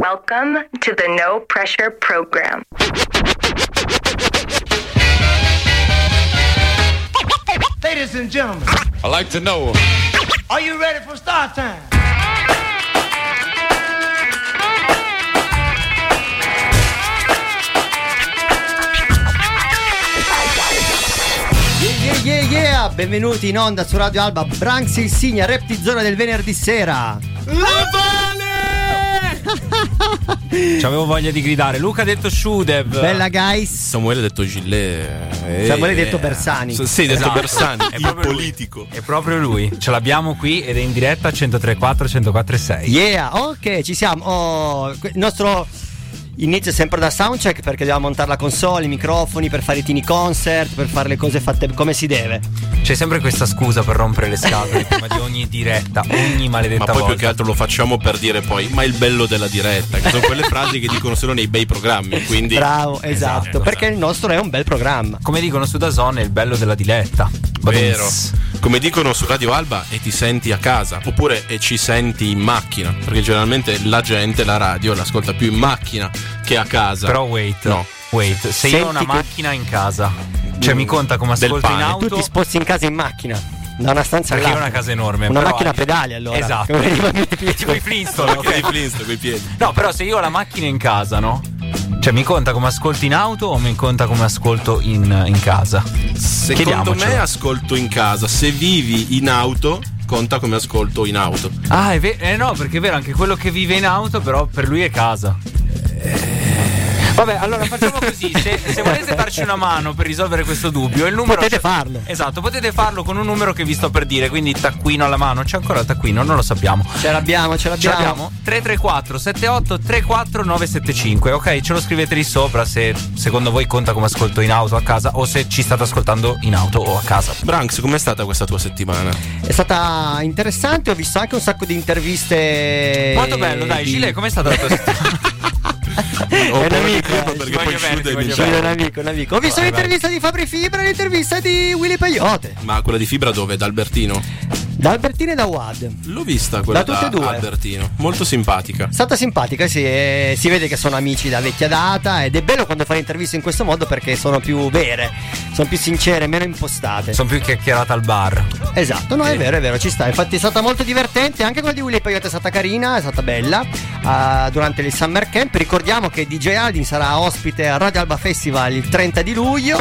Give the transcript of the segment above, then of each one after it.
Welcome to the No Pressure Program. Ladies and gentlemen, I'd like to know, are you ready for start time? Yeah, benvenuti in onda su Radio Alba, Branks il Signa, Reptizona del venerdì sera. C'avevo voglia di gridare. Luca ha detto Shudev. Bella guys. Samuele ha detto Gillet. Samuele ha detto Bersani. Sì, ha detto Bersani. È proprio politico. Lui. È proprio lui. Ce l'abbiamo qui ed è in diretta 103.4, 104.6. Yeah, ok, ci siamo. Il nostro inizio è sempre da soundcheck, perché dobbiamo montare la console, i microfoni per fare i teeny concert, per fare le cose fatte come si deve. C'è sempre questa scusa per rompere le scatole prima di ogni diretta, ogni maledetta volta. Ma poi volta. più che altro lo facciamo per dire poi, ma il bello della diretta, che sono quelle frasi che dicono solo nei bei programmi, quindi bravo, esatto, perché il nostro è un bel programma. Come dicono su DAZN, è il bello della diletta. Vero. Come dicono su Radio Alba, e ti senti a casa, oppure e ci senti in macchina, perché generalmente la gente la radio l'ascolta più in macchina che a casa. Però wait, se io ho una macchina in casa, cioè mi conta come ascolto in auto. Tu ti sposti in casa in macchina da una stanza perché all'altra. è una casa enorme. Una però macchina a pedali, allora. Esatto. Tipo i Flintstone. Di Flintstone coi piedi. No, però se io ho la macchina in casa, cioè mi conta come ascolto in auto o mi conta come ascolto in casa? Secondo me ascolto in casa. Se vivi in auto conta come ascolto in auto. Ah, è vero. No, perché è vero, anche quello che vive in auto però per lui è casa. Vabbè, allora facciamo così. Se volete darci una mano per risolvere questo dubbio, il numero potete farlo. Esatto, potete farlo con un numero che vi sto per dire. Quindi taccuino alla mano. C'è ancora il taccuino? Non lo sappiamo. Ce l'abbiamo. 334 78 34 975. Ok, ce lo scrivete lì sopra se secondo voi conta come ascolto in auto, a casa, o se ci state ascoltando in auto o a casa. Branks, com'è stata questa tua settimana? È stata interessante, ho visto anche un sacco di interviste. Molto bello, dai, Gile, com'è stata la tua settimana? È un amico, perché poi un amico. Ho visto l'intervista di Fabri Fibra e l'intervista di Willy Peyote. Ma quella di Fibra dove? Da Albertino? Da Albertino e da Wad. L'ho vista quella da tutte e due. Albertino. Molto simpatica. È stata simpatica, sì. Si vede che sono amici da vecchia data. Ed è bello quando fai interviste in questo modo, perché sono più vere, sono più sincere, meno impostate. Sono più chiacchierate al bar. Esatto, no, è vero, ci sta. Infatti è stata molto divertente. Anche quella di Willy Peyote è stata carina, è stata bella. Durante il Summer Camp. Ricordiamo che DJ Aldin sarà ospite a Radio Alba Festival il 30 di luglio.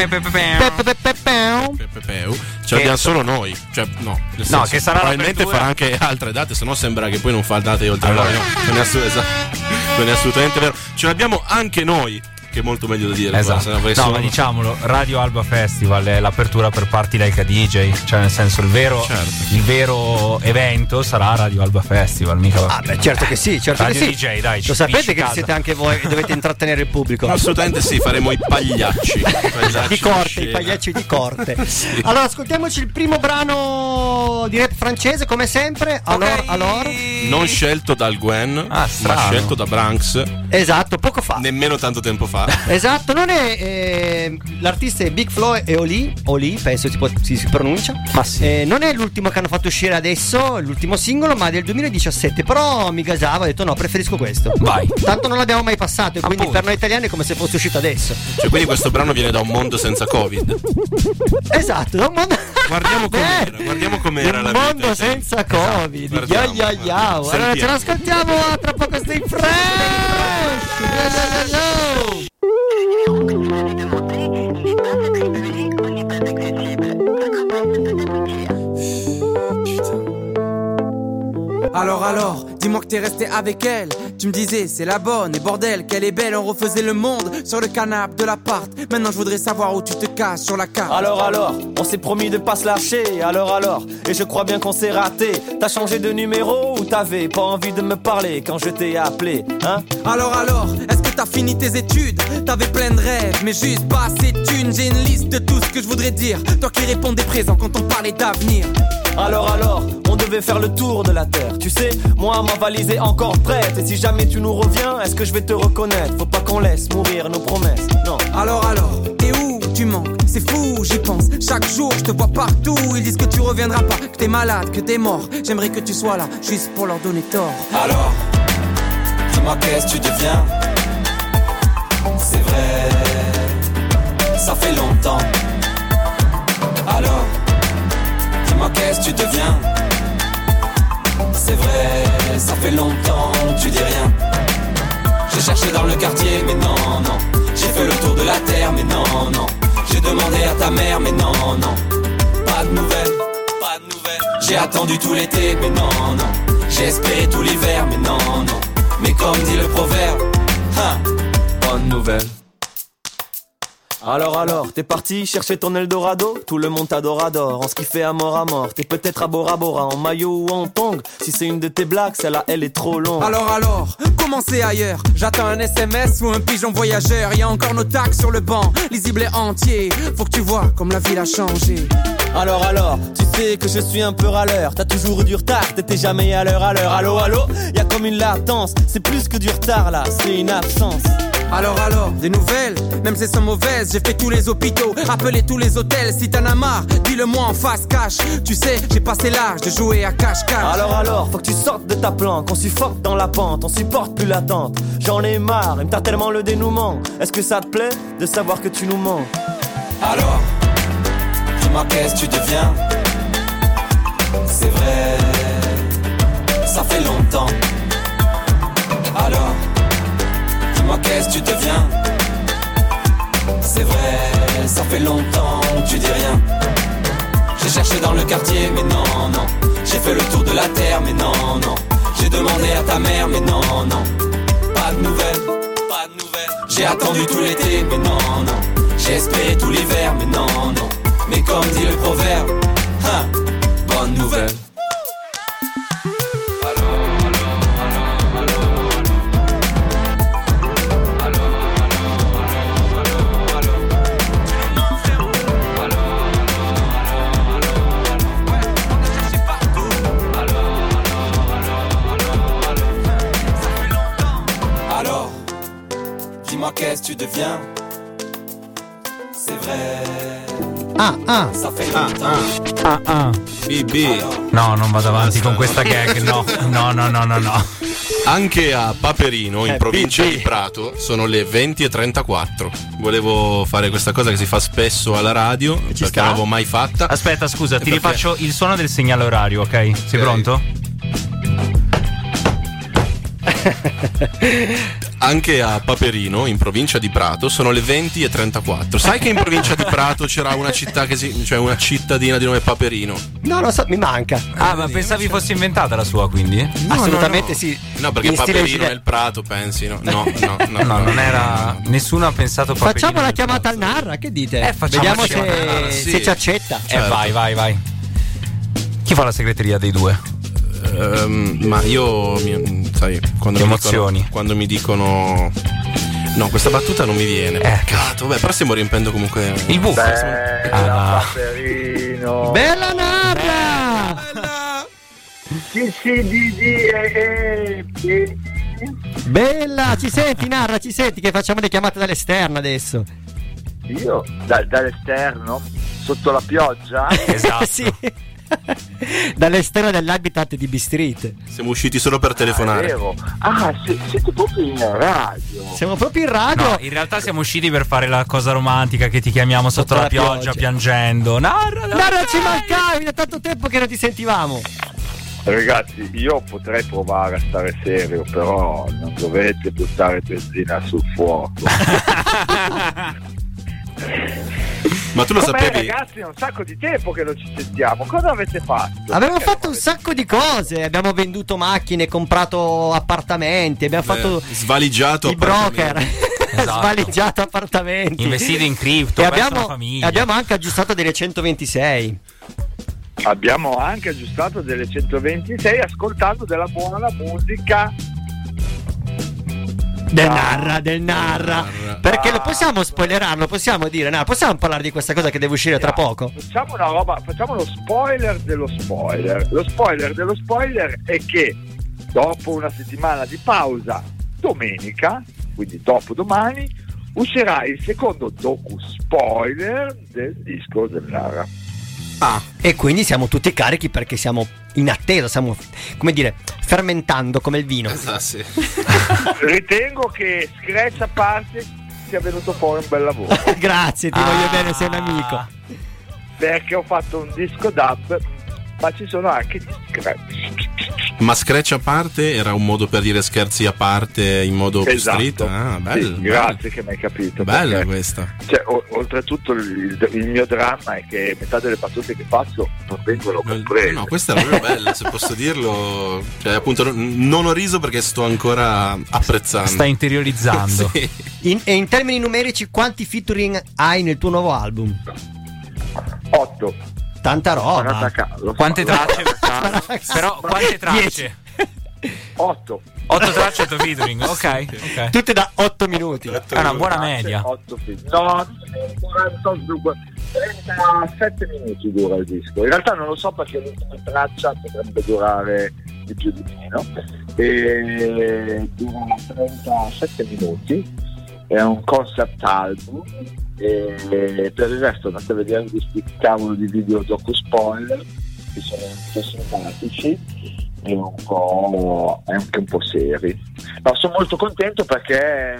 Ce l'abbiamo solo noi. Cioè, no, nel senso, che sarà probabilmente farà anche altre date, se no sembra che poi non fa date oltre noi. No? Non è assolutamente vero. Ce l'abbiamo anche noi, che è molto meglio da dire. Esatto. Ma diciamolo, Radio Alba Festival è l'apertura per Party Like a DJ. Cioè, nel senso, il vero evento sarà Radio Alba Festival, mica. Ah, beh, certo che sì, Radio che sì. DJ, dai. Lo sapete che siete anche voi e dovete intrattenere il pubblico. Assolutamente sì, faremo i pagliacci. Di corte, i pagliacci di corte. Sì. Allora, ascoltiamoci il primo brano di rap francese, come sempre. Allora. Non scelto dal Gwen, ma scelto da Branks. Esatto, poco fa. Nemmeno tanto tempo fa. Esatto, non è l'artista è Big Flo e Oli, penso si pronuncia. Ma sì. Non è l'ultimo che hanno fatto uscire adesso, l'ultimo singolo, ma del 2017. Però mi gasava, ho detto no, preferisco questo. Vai. Tanto non l'abbiamo mai passato, e quindi per noi italiani è come se fosse uscito adesso. Cioè, quindi questo brano viene da un mondo senza Covid. Esatto, da un mondo. Guardiamo com'era la vita. Un mondo senza Covid. Esatto. Allora ce l'ascoltiamo tra poco, Stay Fresh. Alors, dis-moi que t'es resté avec elle. Tu me disais c'est la bonne et bordel qu'elle est belle. On refaisait le monde sur le canapé de l'appart. Maintenant je voudrais savoir où tu te caches sur la carte. Alors, on s'est promis de pas se lâcher. Alors, et je crois bien qu'on s'est raté. T'as changé de numéro ou t'avais pas envie de me parler quand je t'ai appelé, hein? Alors, est-ce que t'as fini tes études? T'avais plein de rêves mais juste pas assez de thunes. J'ai une liste de tout ce que je voudrais dire. Toi qui répondais présent quand on parlait d'avenir. Alors, on devait faire le tour de la terre. Tu sais, moi ma valise est encore prête. Et si jamais tu nous reviens, est-ce que je vais te reconnaître? Faut pas qu'on laisse mourir nos promesses, non. Alors, t'es où tu manques? C'est fou, j'y pense. Chaque jour, je te vois partout. Ils disent que tu reviendras pas, que t'es malade, que t'es mort. J'aimerais que tu sois là, juste pour leur donner tort. Alors, Dis-moi qu'est-ce que tu deviens. C'est vrai, ça fait longtemps. Alors, dis-moi qu'est-ce que tu deviens. C'est vrai, ça fait longtemps, tu dis rien. J'ai cherché dans le quartier, mais non, non. J'ai fait le tour de la terre, mais non, non. J'ai demandé à ta mère, mais non, non. Pas de nouvelles, pas de nouvelles. J'ai attendu tout l'été, mais non, non. J'ai espéré tout l'hiver, mais non, non. Mais comme dit le proverbe, bonne nouvelle. Alors, t'es parti chercher ton Eldorado. Tout le monde t'adore, on se kiffait à mort. T'es peut-être à Bora Bora, en maillot ou en tongue. Si c'est une de tes blagues, celle-là, elle est trop longue. Alors, comment c'est ailleurs? J'attends un SMS ou un pigeon voyageur. Y'a encore nos tags sur le banc, lisible et entier. Faut que tu vois comme la ville a changé. Alors, tu sais que je suis un peu râleur. T'as toujours eu du retard, t'étais jamais à l'heure. Allô, y'a comme une latence. C'est plus que du retard là, c'est une absence. Alors, des nouvelles, même si elles sont mauvaises. J'ai fait tous les hôpitaux, appelé tous les hôtels. Si t'en as marre, dis-le-moi en face cash. Tu sais, j'ai passé l'âge de jouer à cache-cache. Alors, faut que tu sortes de ta planque. On suffoque dans la pente, on supporte plus l'attente. J'en ai marre, il me tarde tellement le dénouement. Est-ce que ça te plaît de savoir que tu nous mens? Alors, dis-moi qu'est-ce que tu deviens. C'est vrai, ça fait longtemps. Alors, dis-moi qu'est-ce que tu deviens. C'est vrai, ça fait longtemps, tu dis rien. J'ai cherché dans le quartier, mais non, non. J'ai fait le tour de la terre, mais non, non. J'ai demandé à ta mère, mais non, non. Pas de nouvelles, pas de nouvelles. J'ai attendu tout l'été, mais non, non. J'ai espéré tout l'hiver, mais non, non. Mais comme dit le proverbe, bonne nouvelle. Qu'est-ce que tu deviens? C'est vrai. Ça fait longtemps. Bibi. No, non vado avanti con questa gag. No. Anche a Paperino, in provincia di Prato, sono le 20:34. Volevo fare questa cosa che si fa spesso alla radio, perché non l'avevo mai fatta. Aspetta, scusa, ti rifaccio il suono del segnale orario, ok? Sei pronto? Anche a Paperino, in provincia di Prato, sono le 20:34. Sai che in provincia di Prato c'era una città cioè una cittadina di nome Paperino? No, lo so, mi manca. Ma pensavi fosse inventata la sua, quindi? No, assolutamente no. Sì. No, perché in Paperino è il Prato, pensi? No, non era. Nessuno ha pensato Paperino. Facciamo la chiamata al Narra, che dite? Vediamo se ci accetta. Certo. Vai. Chi fa la segreteria dei due? Ma io, sai, quando mi dicono no, questa battuta non mi viene. Peccato, però stiamo riempendo comunque il buco. Paperino. Bella Narra! Bella, ci senti Narra, ci senti che facciamo le chiamate dall'esterno adesso? Io? Dall'esterno? Sotto la pioggia? Esatto. Sì. Dall'esterno dell'habitat di B-Street. Siamo usciti solo per telefonare. Vero. Siete proprio in radio. Siamo proprio in radio. No, in realtà siamo usciti per fare la cosa romantica che ti chiamiamo sotto la pioggia piangendo. Narra, ci mancavi, da tanto tempo che non ti sentivamo. Ragazzi, io potrei provare a stare serio, però non dovete buttare benzina sul fuoco. Ma tu lo sapevi? Ragazzi, è un sacco di tempo che non ci sentiamo. Cosa avete fatto? Abbiamo fatto un sacco di cose. Abbiamo venduto macchine, comprato appartamenti, abbiamo fatto svaligiato i broker. Esatto. Svaligiato appartamenti, investito in cripto, e abbiamo anche aggiustato delle 126. Abbiamo anche aggiustato delle 126 ascoltando della buona musica. Del Narra. Perché lo possiamo spoilerarlo, possiamo dire, possiamo parlare di questa cosa che deve uscire tra poco? Facciamo una roba, facciamo lo spoiler dello spoiler. Lo spoiler dello spoiler è che dopo una settimana di pausa, domenica, quindi dopodomani, uscirà il secondo docu spoiler del disco del Narra. E quindi siamo tutti carichi perché siamo in attesa, stiamo, come dire, fermentando come il vino. Sì. Ritengo che Scratch a parte sia venuto fuori un bel lavoro. Grazie, ti voglio bene, sei un amico. Perché ho fatto un disco dub, ma ci sono anche gli scratch. Ma Scratch a parte era un modo per dire scherzi a parte in modo più Esatto. stretto? Ah, bello. Sì, grazie che mi hai capito. Bella perché, questa. cioè, oltretutto il mio dramma è che metà delle battute che faccio non vengono comprese. No, questa è proprio bella, se posso dirlo. Cioè, appunto, non ho riso perché sto ancora apprezzando. Sta interiorizzando. Sì. E in termini numerici, quanti featuring hai nel tuo nuovo album? 8. Tanta roba. Quante tracce? Però quante tracce? 8. 8 tracce, 8 featuring. Ok. Tutte da 8 minuti. È una buona media. 8 no, 37 minuti dura il disco. In realtà non lo so perché l'ultima traccia potrebbe durare di più di meno. E dura 37 minuti. È un concept album. E per il resto andate a vedere questi cavolo di video docu spoiler che sono un po' simpatici e anche un po' seri. No, sono molto contento perché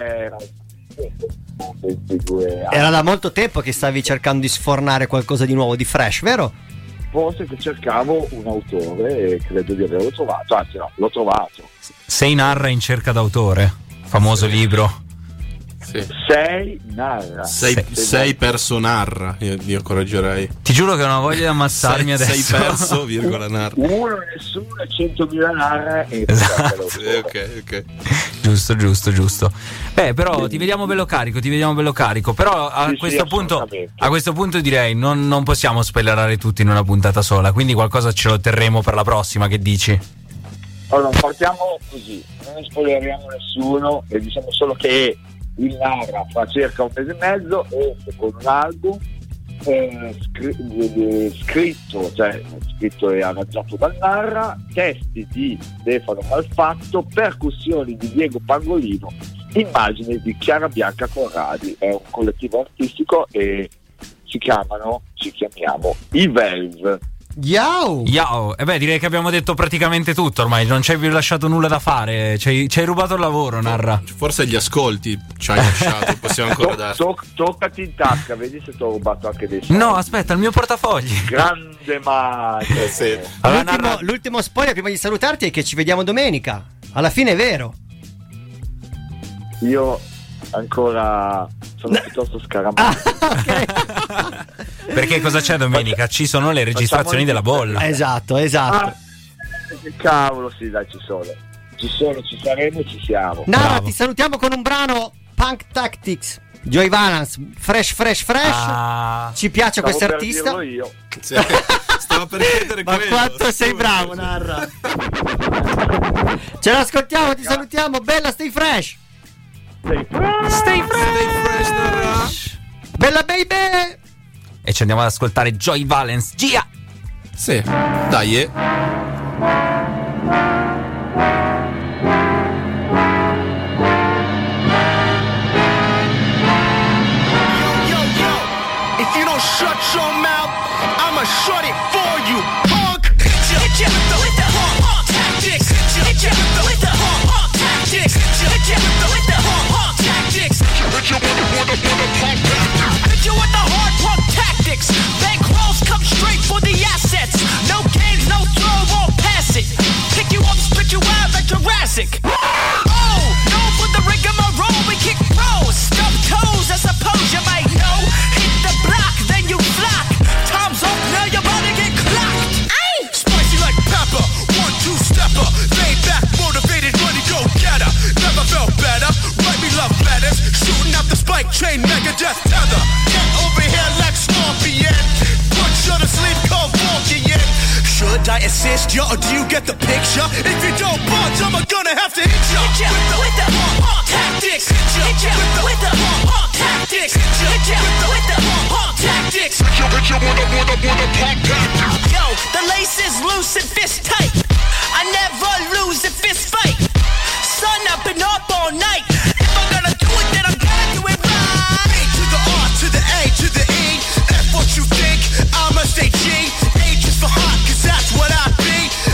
era da molto tempo che stavi cercando di sfornare qualcosa di nuovo, di fresh, vero? Forse che cercavo un autore e credo di averlo trovato, anzi no, l'ho trovato. Sei narra in cerca d'autore, famoso libro. Sì. Sei narra. Sei perso narra, io correggerei. Ti giuro che ho una voglia di ammazzarmi adesso. Sei perso, virgola narra. Uno nessuno e 100.000 narra e esatto. Sì, ok. Giusto. Beh, però ti vediamo bello carico. Però a questo punto direi non possiamo spoilerare tutto in una puntata sola, quindi qualcosa ce lo terremo per la prossima, che dici? Allora, partiamo così, non spoileriamo nessuno e diciamo solo che il Narra fa circa un mese e mezzo esce con un album scritto e arrangiato dal Narra, testi di Stefano Malfatto, percussioni di Diego Pangolino, immagini di Chiara Bianca Corradi. È un collettivo artistico e ci chiamiamo i Velv. Yao! E beh, direi che abbiamo detto praticamente tutto ormai, non ci hai più lasciato nulla da fare, ci hai rubato il lavoro, Narra. Forse gli ascolti ci hai lasciato, possiamo ancora dare. Toccati in tasca, vedi se ti ho rubato anche dei soldi. No, aspetta, il mio portafogli. Grande madre. Sì. Allora, l'ultimo spoiler prima di salutarti è che ci vediamo domenica. Alla fine è vero. Io ancora sono piuttosto scaramato. Okay. Perché cosa c'è domenica? Ci sono le registrazioni della bolla. Esatto. Che cavolo, sì, dai, ci saremo e ci siamo. Narra, ti salutiamo con un brano Punk Tactics, Joy Valance, fresh. Ci piace questo artista. Dirlo io. Stavo per chiedere ma quello. quanto sei bravo, Narra. Ce l'ascoltiamo, ti salutiamo. Bella, stay fresh. Stay fresh, Narra. Bella baby. E ci andiamo ad ascoltare Joy Valance. Gia. Sì, dai. If you don't shut your mouth, I'ma shut it for you, punk. Hit ya with the punk tactics. Hit ya with the punk tactics. Hit ya with the punk tactics. Hit you with the punk tactics. Hit you with the hard punk tactics. Bankrolls come straight for the assets. No games, no throw, won't pass it. Pick you up, spit you out like Jurassic. Oh, no for the rigmarole, we kick pros. Stub toes, I suppose you might know. Hit the block, then you flock. Time's up, now you're about to get clocked. Aye. Spicy like pepper, 1-2-stepper. Laid back, motivated, money go getter. Never felt better, write me love letters. Shooting out the spike chain, mega death tether. Get over here like Scorpion. Put you to sleep, cold Vulcan. Should I assist you or do you get the picture? If you don't budge, I'm gonna have to hit ya. Hit ya with the punk tactics. Hit ya with the punk tactics. Hit ya with the punk tactics. Hit ya with the punk tactics. Yo, the lace is loose and fist tight. I never lose a fist fight. Son, I've been up all night. If I'm gonna do it, then I'm gonna do it right. A to the R to the A to the E. F what you think, I'ma stay G. H is for hot, cause that's what I be.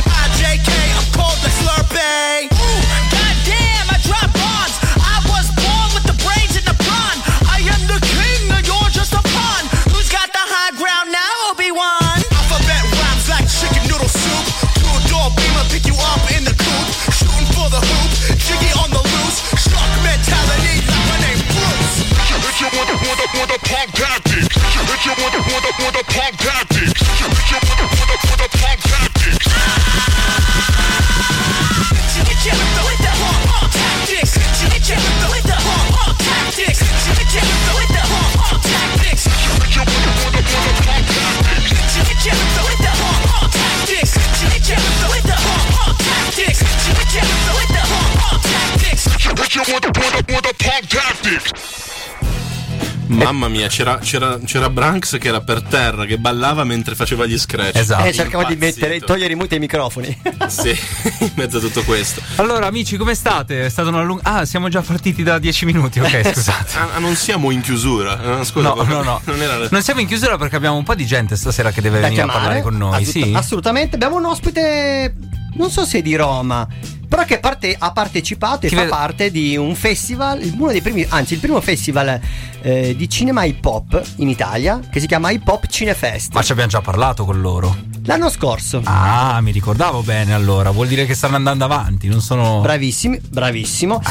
Mamma mia, c'era Branks che era per terra, che ballava mentre faceva gli scratch. Esatto. Cercava di togliere i muti ai microfoni. Sì, in mezzo a tutto questo. Allora, amici, come state? È stata una lunga. Ah, siamo già partiti da 10 minuti. Ok, scusate. Non siamo in chiusura. Scusa, no. Non siamo in chiusura perché abbiamo un po' di gente stasera che deve venire a parlare con noi. Sì, assolutamente. Abbiamo un ospite, non so se è di Roma, però che ha partecipato e fa parte di un festival, uno dei primi, anzi il primo festival di cinema hip hop in Italia, che si chiama Hip Hop Cinefest. Ma ci abbiamo già parlato con loro l'anno scorso. Ah, mi ricordavo bene. Allora vuol dire che stanno andando avanti. Non sono bravissimo. Bravissimo,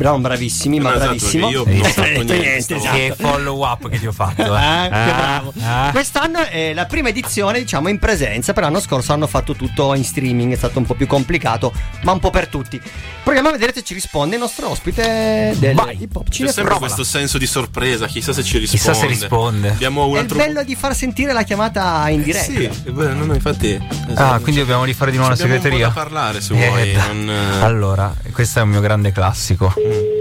ma bravissimo. Io non ho fatto niente. Esatto. Che follow up che ti ho fatto. Che bravo. Quest'anno è la prima edizione, diciamo, in presenza. Per l'anno scorso hanno fatto tutto in streaming, è stato un po' più complicato, ma un po' per tutti. Proviamo a vedere se ci risponde il nostro ospite del Hip Hop Cinefest. C'è sempre questo senso di sorpresa, chissà se ci risponde. Chissà se risponde. Abbiamo un altro... È il bello di far sentire la chiamata in diretta. Sì, no, infatti. Quindi dobbiamo rifare di nuovo la segreteria. Un po' da parlare se vuoi. Allora, questo è un mio grande classico.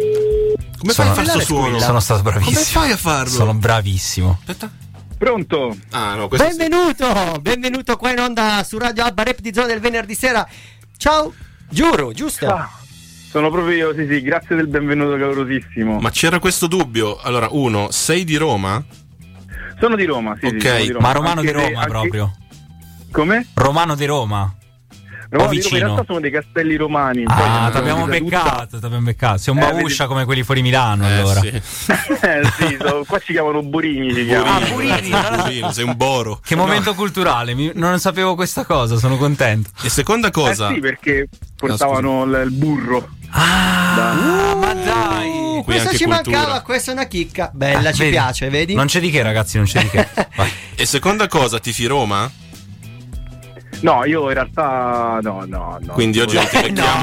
Come fai a fare questo suono? Sono stato bravissimo. Come fai a farlo? Sono bravissimo. Aspetta. Pronto? No, Benvenuto qua in onda su Radio Alba Rap di Zona del venerdì sera. Ciao, Giuro, giusto? Ciao. Sono proprio io, sì, grazie del benvenuto calorosissimo. Ma c'era questo dubbio. Allora, sei di Roma? Sono di Roma, sì. Ok, sono di Roma. Ma romano di Roma proprio. Come? Romano di Roma. Romano di Roma, in realtà sono dei castelli romani. T'abbiamo beccato. Sei un bauscia come quelli fuori Milano, allora. Sì. Qua ci chiamano Burini. Burini, sei un boro. Che momento culturale, non sapevo questa cosa, sono contento. E seconda cosa? Sì, perché portavano il burro. Ma dai! Questo ci mancava, questa è una chicca. Bella, ci piace, vedi? Non c'è di che, ragazzi, non c'è di che. Vai. E seconda cosa, tifi Roma? No, io in realtà no. Quindi oggi non ti becchiamo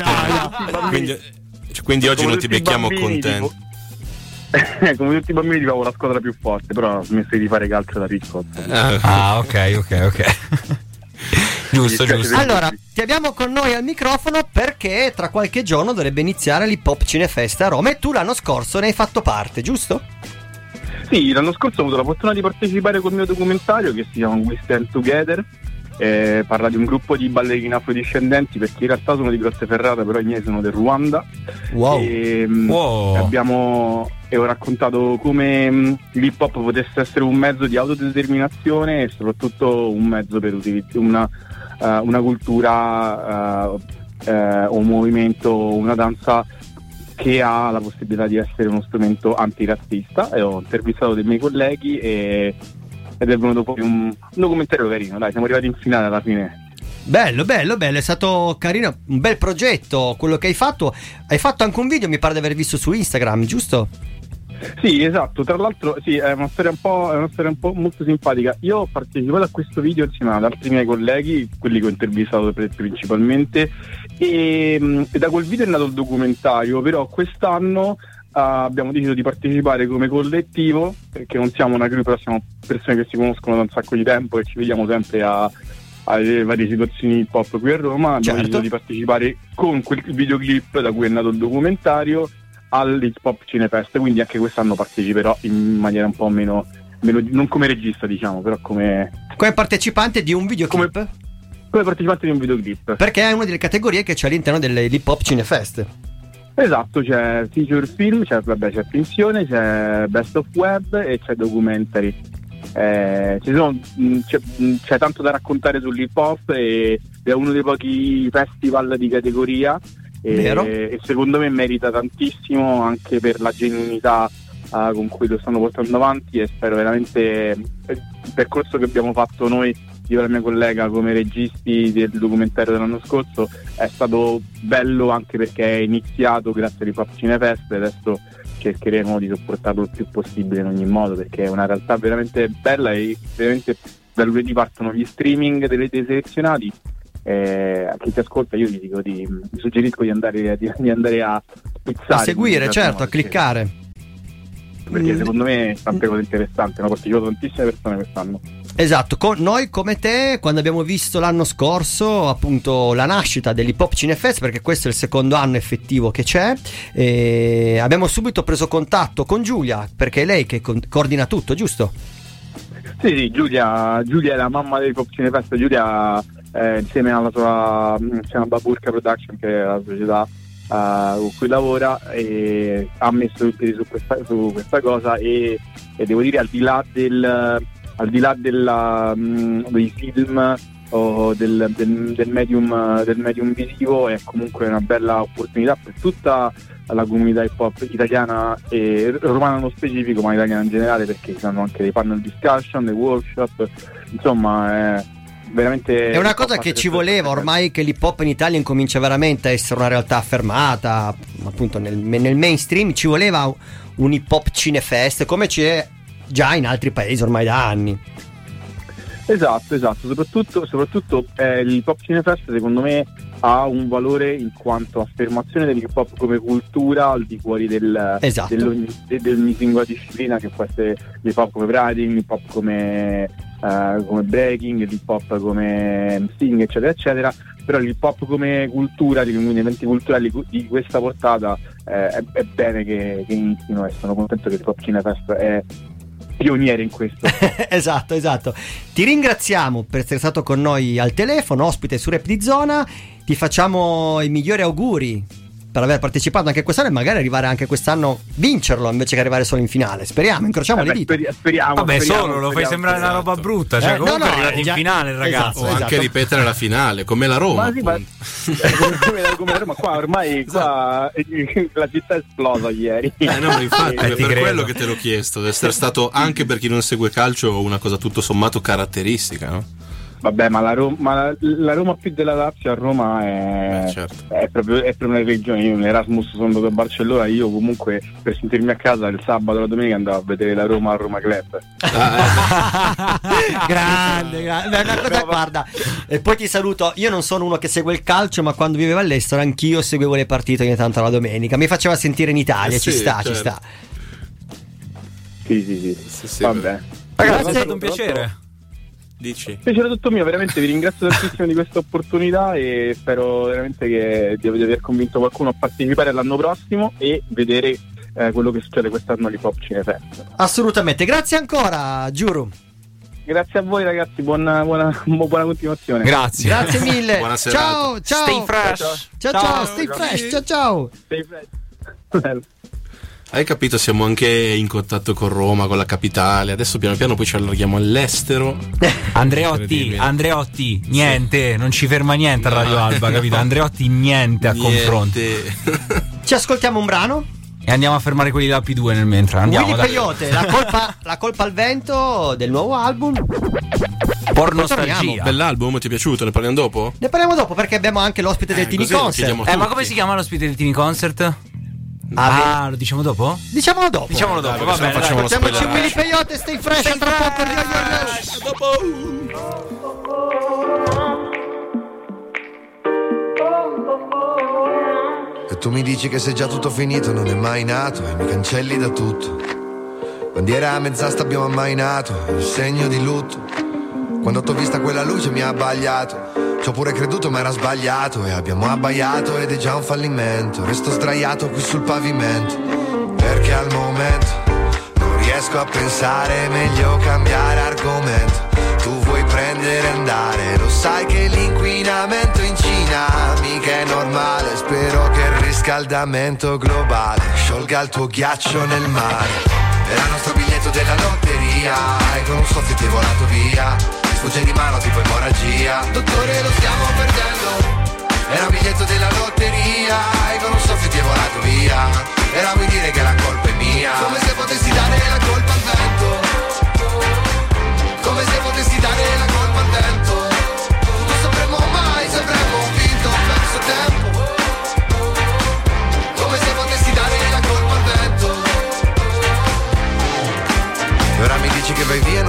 Quindi oggi non ti becchiamo contento. Come tutti i bambini ti favo la squadra più forte, però ho smesso di fare calcio da piccolo. Ok. Giusto. Allora, ti abbiamo con noi al microfono perché tra qualche giorno dovrebbe iniziare l'Hip Hop Cinefest a Roma e tu l'anno scorso ne hai fatto parte, giusto? Sì, l'anno scorso ho avuto la fortuna di partecipare col mio documentario che si chiama We Stand Together. Parla di un gruppo di ballerini afrodiscendenti, perché in realtà sono di Grosseferrata, però i miei sono del Ruanda. Wow. E ho raccontato come l'hip hop potesse essere un mezzo di autodeterminazione e soprattutto un mezzo per utilizzare una cultura un movimento, una danza che ha la possibilità di essere uno strumento antirazzista. E ho intervistato dei miei colleghi ed è venuto poi un documentario carino, dai, siamo arrivati in finale alla fine. Bello, è stato carino, un bel progetto quello che hai fatto anche un video, mi pare di aver visto su Instagram, giusto? Sì, esatto, tra l'altro sì, è una storia un po' molto simpatica. Io ho partecipato a questo video insieme ad altri miei colleghi, quelli che ho intervistato principalmente, e da quel video è nato il documentario, però quest'anno abbiamo deciso di partecipare come collettivo, perché non siamo una crew, però siamo persone che si conoscono da un sacco di tempo e ci vediamo sempre alle varie situazioni hip hop qui a Roma. Abbiamo deciso di partecipare con quel videoclip da cui è nato il documentario all'Hip Hop Cinefest, quindi anche quest'anno parteciperò in maniera un po' meno non come regista, diciamo, però come partecipante di un videoclip. Come partecipante di un videoclip, perché è una delle categorie che c'è all'interno dell'Hip Hop Cinefest. Esatto, c'è feature film, c'è finzione, c'è best of web e c'è documentary. C'è tanto da raccontare sull'hip hop e è uno dei pochi festival di categoria e secondo me merita tantissimo, anche per la genuinità con cui lo stanno portando avanti, e spero veramente il percorso che abbiamo fatto noi io e la mia collega come registi del documentario dell'anno scorso, è stato bello anche perché è iniziato grazie alle Pop Cinefest, e adesso cercheremo di sopportarlo il più possibile in ogni modo, perché è una realtà veramente bella e veramente da lunedì partono gli streaming dei selezionati. A chi ti ascolta io vi suggerisco di andare a pizzare, a seguire, certo, a cliccare, perché secondo me è tante cose interessanti, hanno partecipato tantissime persone quest'anno. Esatto, con noi come te, quando abbiamo visto l'anno scorso appunto la nascita dell'Hip Hop Cinefest, perché questo è il secondo anno effettivo che c'è, e abbiamo subito preso contatto con Giulia, perché è lei che coordina tutto, giusto? Sì, Giulia è la mamma dell'Hip Hop Cinefest. Giulia insieme alla sua Baburka Production, che è la società con cui lavora, e ha messo il piede su questa cosa, e devo dire, al di là dei film o del medium visivo, è comunque una bella opportunità per tutta la comunità hip hop italiana e romana nello specifico, ma italiana in generale, perché ci sono anche dei panel discussion, dei workshop, insomma è veramente, è una cosa che ci voleva ormai, che l'hip hop in Italia incomincia veramente a essere una realtà affermata appunto nel mainstream. Ci voleva un hip hop cinefest come c'è già in altri paesi ormai da anni. Esatto, soprattutto l'Hip Hop Cinefest secondo me ha un valore in quanto affermazione dell'hip hop come cultura al di fuori dell'ogni singola disciplina, che può essere l'hip hop come writing, l'hip hop come breaking, l'hip hop come MCing, eccetera eccetera. Però l'hip hop come cultura, quindi eventi culturali di questa portata, è bene che inizino, e sono contento che l'Hip Hop Cinefest è pioniere in questo. esatto. Ti ringraziamo per essere stato con noi al telefono, ospite su Rap di Zona. Ti facciamo i migliori auguri per aver partecipato anche quest'anno, e magari arrivare anche quest'anno vincerlo invece che arrivare solo in finale. Speriamo, incrociamo le dita. Speriamo. Solo lo fai sembrare una roba brutta, cioè comunque è arrivato in finale il ragazzo. Esatto. Anche ripetere la finale come la Roma. Come la Roma, qua ormai la città è esplosa ieri. No, infatti è per quello che te l'ho chiesto, deve essere stato, anche per chi non segue calcio, una cosa tutto sommato caratteristica, no? Vabbè, ma la Roma più della Lazio a Roma è proprio una regione. Io in Erasmus sono andato a Barcellona, io comunque per sentirmi a casa il sabato e la domenica andavo a vedere la Roma al Roma Club. Grande. Cosa, guarda, e poi ti saluto. Io non sono uno che segue il calcio, ma quando vivevo all'estero anch'io seguivo le partite ogni tanto la domenica. Mi faceva sentire in Italia, ci sta. Sì. Vabbè. Ragazzi, è stato un piacere. Dici? Piacere tutto mio, veramente vi ringrazio tantissimo di questa opportunità, e spero veramente di aver convinto qualcuno a partecipare l'anno prossimo e vedere quello che succede quest'anno all'Hip Hop Cinefest. Assolutamente, grazie ancora Giuru. Grazie a voi ragazzi, buona continuazione. Grazie mille. Buona serata. Ciao. Stay fresh. Ciao. Stay fresh. Ciao. Stay fresh. Hai capito? Siamo anche in contatto con Roma, con la capitale. Adesso piano piano poi ci allarghiamo all'estero. Andreotti, niente, non ci ferma niente a Radio Alba, capito? Andreotti niente a confronto. Ci ascoltiamo un brano e andiamo a fermare quelli della P2 nel mentre. Andiamo. Willy Peyote, la colpa al vento del nuovo album. Pornostalgia. Bell'album, ti è piaciuto? Ne parliamo dopo? Ne parliamo dopo, perché abbiamo anche l'ospite del Tini Concert. Ma come si chiama l'ospite del Tini Concert? Lo diciamo dopo? Diciamolo dopo, va bene. Facciamoci Willy Peyote, Stay fresh. E tu mi dici che se già tutto finito non è mai nato, e mi cancelli da tutto. Bandiera a mezz'asta abbiamo ammainato, il segno di lutto. Quando t'ho vista quella luce mi ha abbagliato. Ci ho pure creduto ma era sbagliato, e abbiamo abbaiato ed è già un fallimento. Resto sdraiato qui sul pavimento, perché al momento non riesco a pensare, meglio cambiare argomento. Tu vuoi prendere e andare, lo sai che l'inquinamento in Cina mica è normale. Spero che il riscaldamento globale sciolga il tuo ghiaccio nel mare. Era il nostro biglietto della lotteria, e con un soffio ti è volato via. Sfugge di mano tipo emorragia. Dottore, lo stiamo perdendo. Era un biglietto della lotteria, e con un soffio ti è volato via. Era vuoi dire che la colpa è mia. Come se potessi dare la colpa al vento. Come se potessi dare la colpa al vento.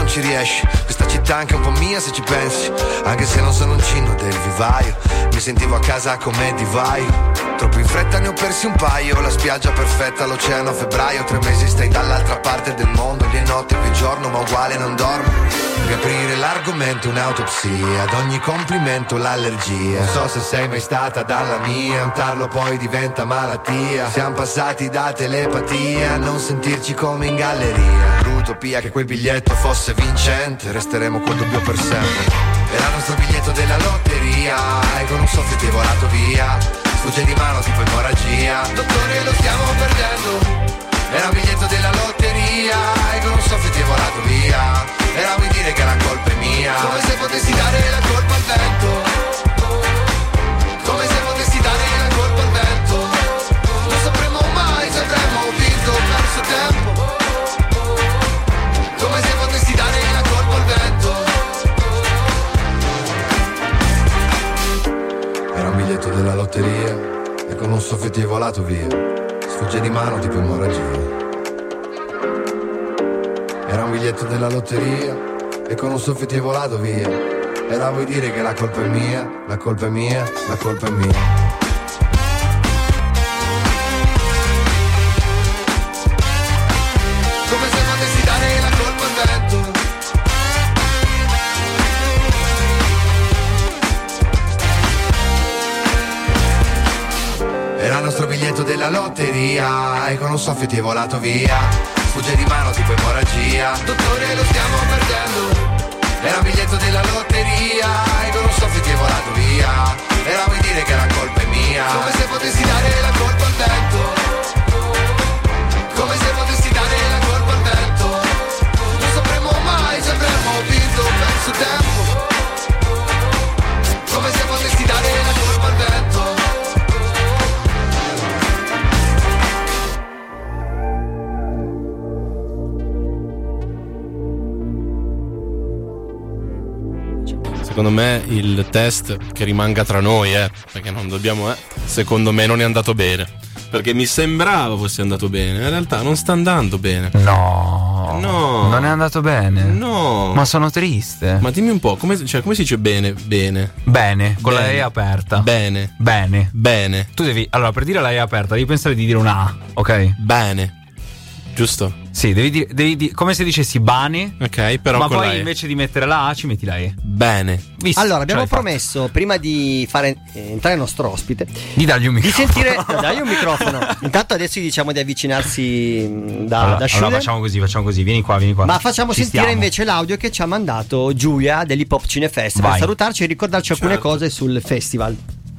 non ci riesci. Questa città è anche un po' mia se ci pensi. Anche se non sono un cinno del vivaio, mi sentivo a casa come divai. Troppo in fretta ne ho persi un paio. La spiaggia perfetta, l'oceano a febbraio. 3 mesi stai dall'altra parte del mondo. Le notti più giorno ma uguale non dormo. Riaprire l'argomento, un'autopsia. Ad ogni complimento l'allergia. Non so se sei mai stata dalla mia. Un tarlo poi diventa malattia. Siamo passati da telepatia a non sentirci come in galleria. L'utopia che quel biglietto fosse vincente. Resteremo col dubbio per sempre. Era il nostro biglietto della lotteria e con un soffio ti è volato via. Sfugge di mano tipo emorragia. Dottore, lo stiamo perdendo. Era un biglietto della lotteria e con un soffio ti è volato via. Era vuoi dire che la colpa è mia. Come se potessi dare la colpa al vento. Come se potessi dare la colpa al vento. Non sapremo mai se avremo vinto o perso tempo. Come se potessi dare la colpa al vento. Era un biglietto della lotteria e con un soffio ti è volato via. Sfugge di mano tipo emorragia. Era un biglietto della lotteria e con un soffio ti è volato via. Era vuoi dire che la colpa è mia, la colpa è mia, la colpa è mia. Come se potessi dare la colpa al vento. Era il nostro biglietto della lotteria e con un soffio ti è volato via. Sfugge di mano tipo emorragia. Dottore, lo stiamo perdendo. Era un biglietto della lotteria e con un soffio ti è volato via. Era vuoi dire che la colpa è mia. Come se potessi dare la colpa al vento. Come se potessi dare la colpa al vento. Non sapremo mai se avremo vinto o perso tempo. Come se potessi dare la colpa al vento. Secondo me il test, che rimanga tra noi, perché non dobbiamo, secondo me non è andato bene. Perché mi sembrava fosse andato bene, in realtà non sta andando bene. No, non è andato bene. No, ma sono triste. Ma dimmi un po', come si dice bene? Bene, con la E aperta. Bene. Tu devi, allora, per dire la E aperta devi pensare di dire una A, ok? Bene. Giusto? Sì, devi dire come se dicessi bane. Ok, però ma con poi la E. invece di mettere la A ci metti la E. Bene. Visto, allora abbiamo promesso prima di fare entrare il nostro ospite di dargli un microfono. Di sentire dagli un microfono. Intanto adesso gli diciamo di avvicinarsi da Schuller. Allora facciamo così, vieni qua. Ma facciamo sentire invece l'audio che ci ha mandato Giulia dell'Hip Hop Cine Festival. Per salutarci e ricordarci alcune cose sul festival.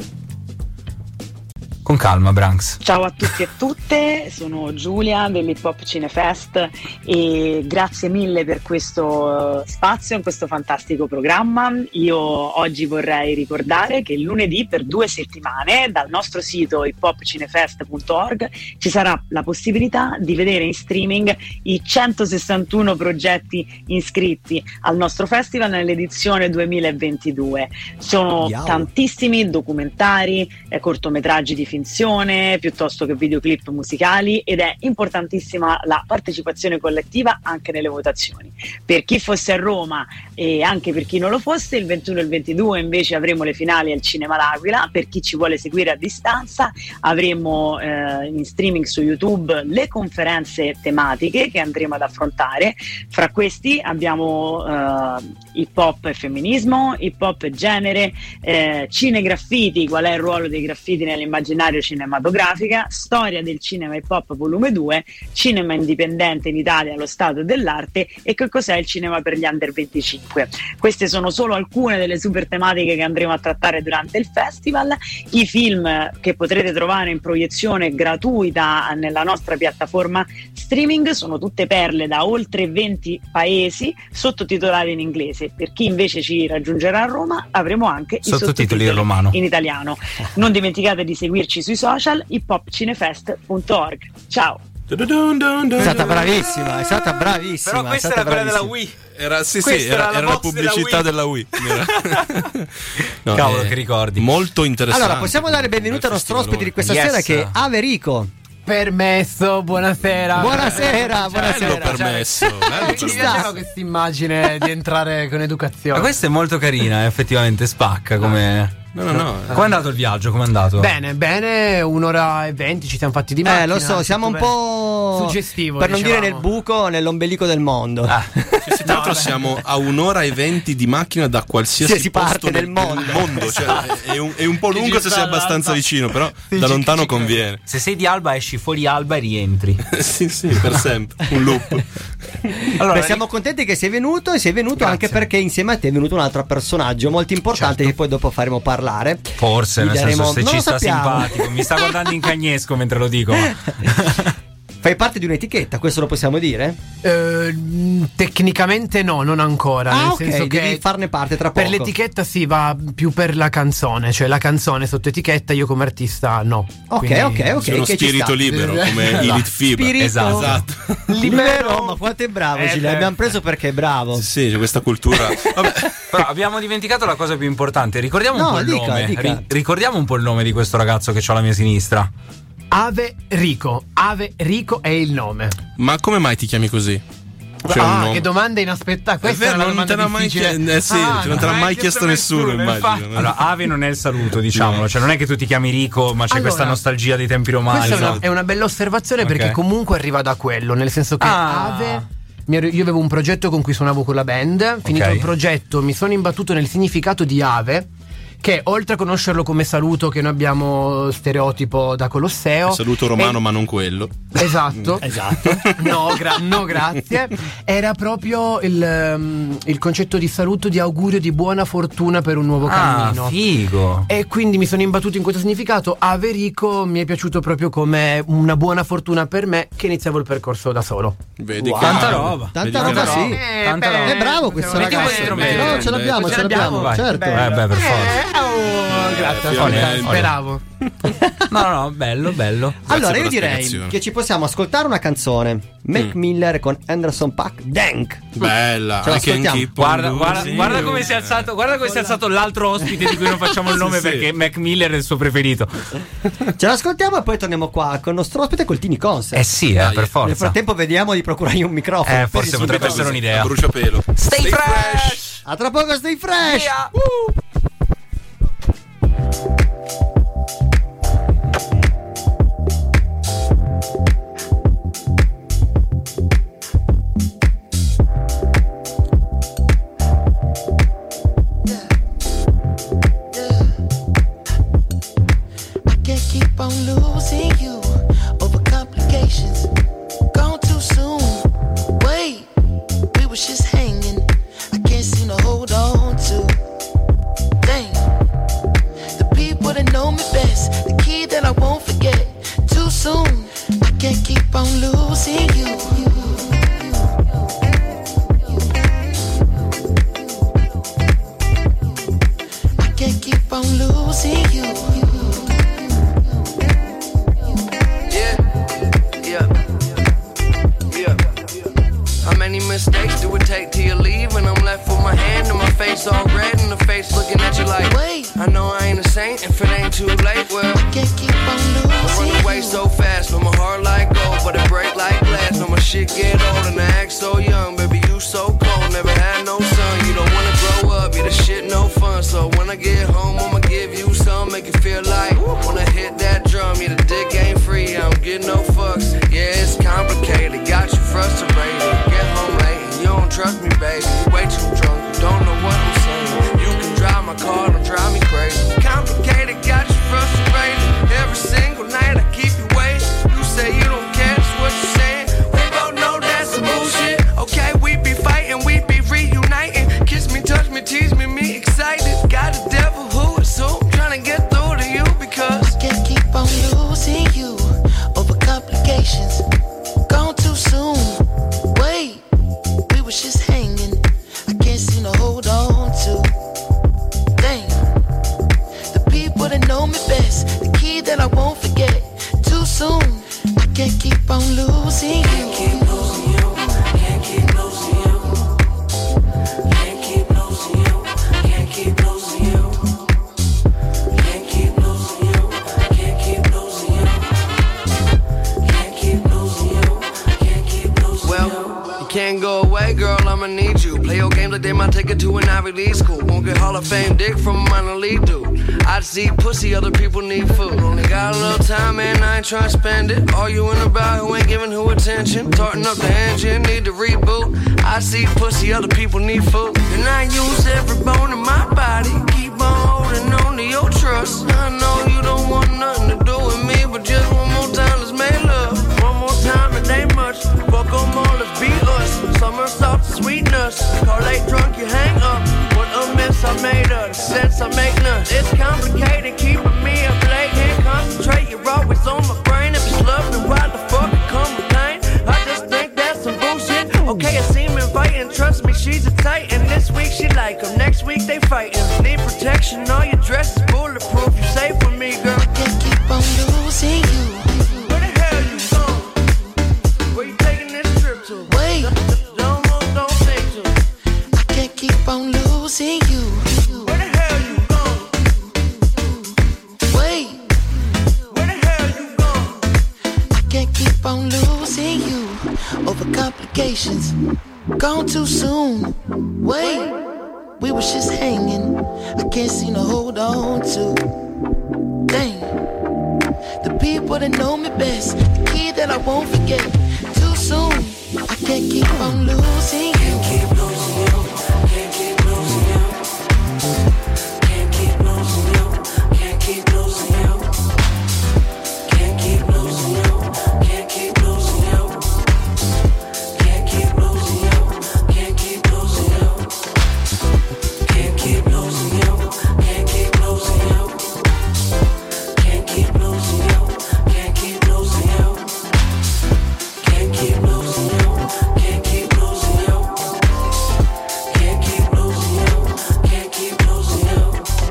Con calma, Branks. Ciao a tutti e tutte, sono Giulia dell'Hip Hop Cinefest e grazie mille per questo spazio in questo fantastico programma. Io oggi vorrei ricordare che lunedì per 2 settimane dal nostro sito hiphopcinefest.org ci sarà la possibilità di vedere in streaming i 161 progetti iscritti al nostro festival nell'edizione 2022. Sono tantissimi documentari, cortometraggi di finzione piuttosto che videoclip musicali ed è importantissima la partecipazione collettiva anche nelle votazioni. Per chi fosse a Roma e anche per chi non lo fosse, il 21 e il 22 invece avremo le finali al Cinema L'Aquila. Per chi ci vuole seguire a distanza avremo in streaming su YouTube le conferenze tematiche che andremo ad affrontare. Fra questi abbiamo hip hop e femminismo, hip hop e genere, cinegraffiti, qual è il ruolo dei graffiti nell'immaginario cinematografica, storia del cinema hip hop volume 2, cinema indipendente in Italia allo stato dell'arte e che cos'è il cinema per gli under 25. Queste sono solo alcune delle super tematiche che andremo a trattare durante il festival. I film che potrete trovare in proiezione gratuita nella nostra piattaforma streaming sono tutte perle da oltre 20 paesi, sottotitolati in inglese. Per chi invece ci raggiungerà a Roma avremo anche i sottotitoli in romano, in italiano. Non dimenticate di seguirci sui social hiphopcinefest.org. Ciao. È stata bravissima. Però questa era quella della Wii. Era la pubblicità della Wii. No, cavolo, che ricordi. Molto interessante. Allora, possiamo dare benvenuto al nostro ospite di questa sera che è Averico. Permesso, buonasera. Buonasera. Permesso. Ci sta questa immagine di entrare con educazione. Ma questa è molto carina, effettivamente spacca come... No. Com'è andato il viaggio? Com'è andato? Bene, 1:20 ci siamo fatti di macchina. Lo so, siamo un po' suggestivo, per non dire nel buco, nell'ombelico del mondo. Sì, tra l'altro siamo a 1:20 di macchina da qualsiasi parte del mondo. Cioè, è un po' lungo se sei abbastanza vicino, però da lontano conviene. Se sei di Alba esci fuori Alba e rientri. sì, per sempre, un loop. Allora, siamo contenti che sei venuto, e sei venuto Grazie. anche perché insieme a te è venuto un altro personaggio molto importante, che poi dopo faremo parlare. Forse, nel senso, se ci sta sappiamo. simpatico. Mi sta guardando in cagnesco mentre lo dico. Fai parte di un'etichetta, questo lo possiamo dire? Tecnicamente no, non ancora. Nel senso che devi farne parte tra poco. Per l'etichetta si va più per la canzone, cioè la canzone sotto etichetta, io come artista no. Ok. C'è uno spirito libero come Elite Fiba. Esatto. Libero, ma quanto è bravo, Gile. L'abbiamo preso perché è bravo. Sì, c'è questa cultura. Vabbè. Però abbiamo dimenticato la cosa più importante. Ricordiamo un po' il nome. Ricordiamo un po' il nome di questo ragazzo che c'ho alla mia sinistra. Ave Rico è il nome. Ma come mai ti chiami così? Cioè, che domanda inaspettata. Questa vero, è una non te l'ha mai chiesto. Non te l'ha mai chiesto nessuno, immagino. Allora, Ave non è il saluto, diciamolo. Cioè, non è che tu ti chiami Rico, ma c'è questa nostalgia dei tempi romani. Questa è una bella osservazione, perché comunque arriva da quello, nel senso che Ave. Io avevo un progetto con cui suonavo con la band. Finito il progetto, mi sono imbattuto nel significato di Ave, che oltre a conoscerlo come saluto, che noi abbiamo stereotipo da Colosseo, saluto romano, ma non quello. Esatto. No, grazie. Era proprio il concetto di saluto, di augurio di buona fortuna per un nuovo cammino. Figo. E quindi mi sono imbattuto in questo significato. Ave Rico mi è piaciuto proprio come una buona fortuna per me, che iniziavo il percorso da solo. Vedi tanta roba. Tanta roba, sì. È bravo questo ragazzo. No, ce l'abbiamo, certo. Per forza. Grazie, speravo. No, bello. Allora io direi che ci possiamo ascoltare una canzone, Mac Miller con Anderson .Paak, Dank. Bella. Guarda come si è alzato. Guarda come si è alzato l'altro ospite di cui non facciamo il nome, perché Mac Miller è il suo preferito. Ce l'ascoltiamo e poi torniamo qua con il nostro ospite col Tini Concert. Sì, per forza. Nel frattempo vediamo di procurargli un microfono. Forse potrebbe essere un'idea. Bruciapelo. Stay fresh. A tra poco, stay fresh. Keep on losing you over complications. Gone too soon. Wait, we was just hanging. I can't seem to hold on to. Dang, the people that know me best, the key that I won't forget. Too soon, I can't keep on losing you. I can't keep on losing you. How many mistakes do it take till you leave? And I'm left with my hand and my face all red, and the face looking at you like, wait, I know I ain't a saint if it ain't too late. Well, can't keep on losing. I run away so fast, with my heart like gold, but it break like glass. When my shit get old and I act so young, baby you so cold, never had no son. You don't wanna grow up, yeah, this shit no fun. So when I get home, I'ma give you some, make you feel like when I hit that drum, yeah, the dick ain't free, I don't get no fucks. Yeah, it's complicated, got you frustrated. Get home late and you don't trust me, baby. You way too drunk, you don't know what I'm saying. You can drive my car, don't drive me crazy. Complicated, got you frustrated. Every single night I keep you waiting. You say you don't care, that's what you're saying. We both know that's some bullshit. Okay, we be fighting, we be reuniting. Kiss me, touch me, tease me, me excited. Got a devil who is so trying to get through to you because I can't keep on losing you over complications. Gone too soon. Wait, we was just hanging. I can't seem to hold on to. Dang, the people that know me best, the key that I won't forget. Too soon, I can't keep on losing you. Can't keep losing you. Can't keep losing you. Can't keep losing you. Can't keep losing you. Can't keep losing you. Can't keep losing you. away, girl, I'ma need you. Play your games like they might take it to an Ivy League school. Won't get Hall of Fame dick from a minor league dude. I see pussy, other people need food. Only got a little time, man, I ain't tryna spend it. Arguing about who ain't giving who attention. Tarting up the engine, need to reboot. I see pussy, other people need food. And I use every bone in my body. Keep on holding on to your trust. I know you don't want nothing to do with me, but just one more time, let's make love. One more time, it ain't much. Fuck them all, let's be us. Summer soft sweetness. Call late drunk, you hang up. What a mess I made of, the sense I make none. It's complicated, keeping me up late. Can't concentrate, you're always on my brain. If it's love, then why the fuck you come with pain? I just think that's some bullshit. Okay, it seem inviting, trust me, she's a titan. This week she like them, next week they fighting. Need protection, all your dress is bulletproof. You safe with me, girl. I can't keep on losing you. Where the hell you going? Where you taking this trip to? Wait, Don't think to. I can't keep on losing you. Where the hell you going? Wait, Where the hell you going? I can't keep on losing you over complications. Gone too soon. Wait, we was just hanging. I can't seem to hold on to. Dang, the people that know me best, the key that I won't forget. Too soon. I can't keep on losing you. Can't keep losing you. Can't keep losing you. Can't keep losing you. Can't keep losing you. Can't keep losing you. Can't keep losing you. Can't keep losing you. Can't keep losing you. Can't keep losing you. Can't keep losing you. Can't keep losing you. Can't keep losing you. Can't keep losing you. Can't keep losing you. Can't keep losing you. Can't keep losing you.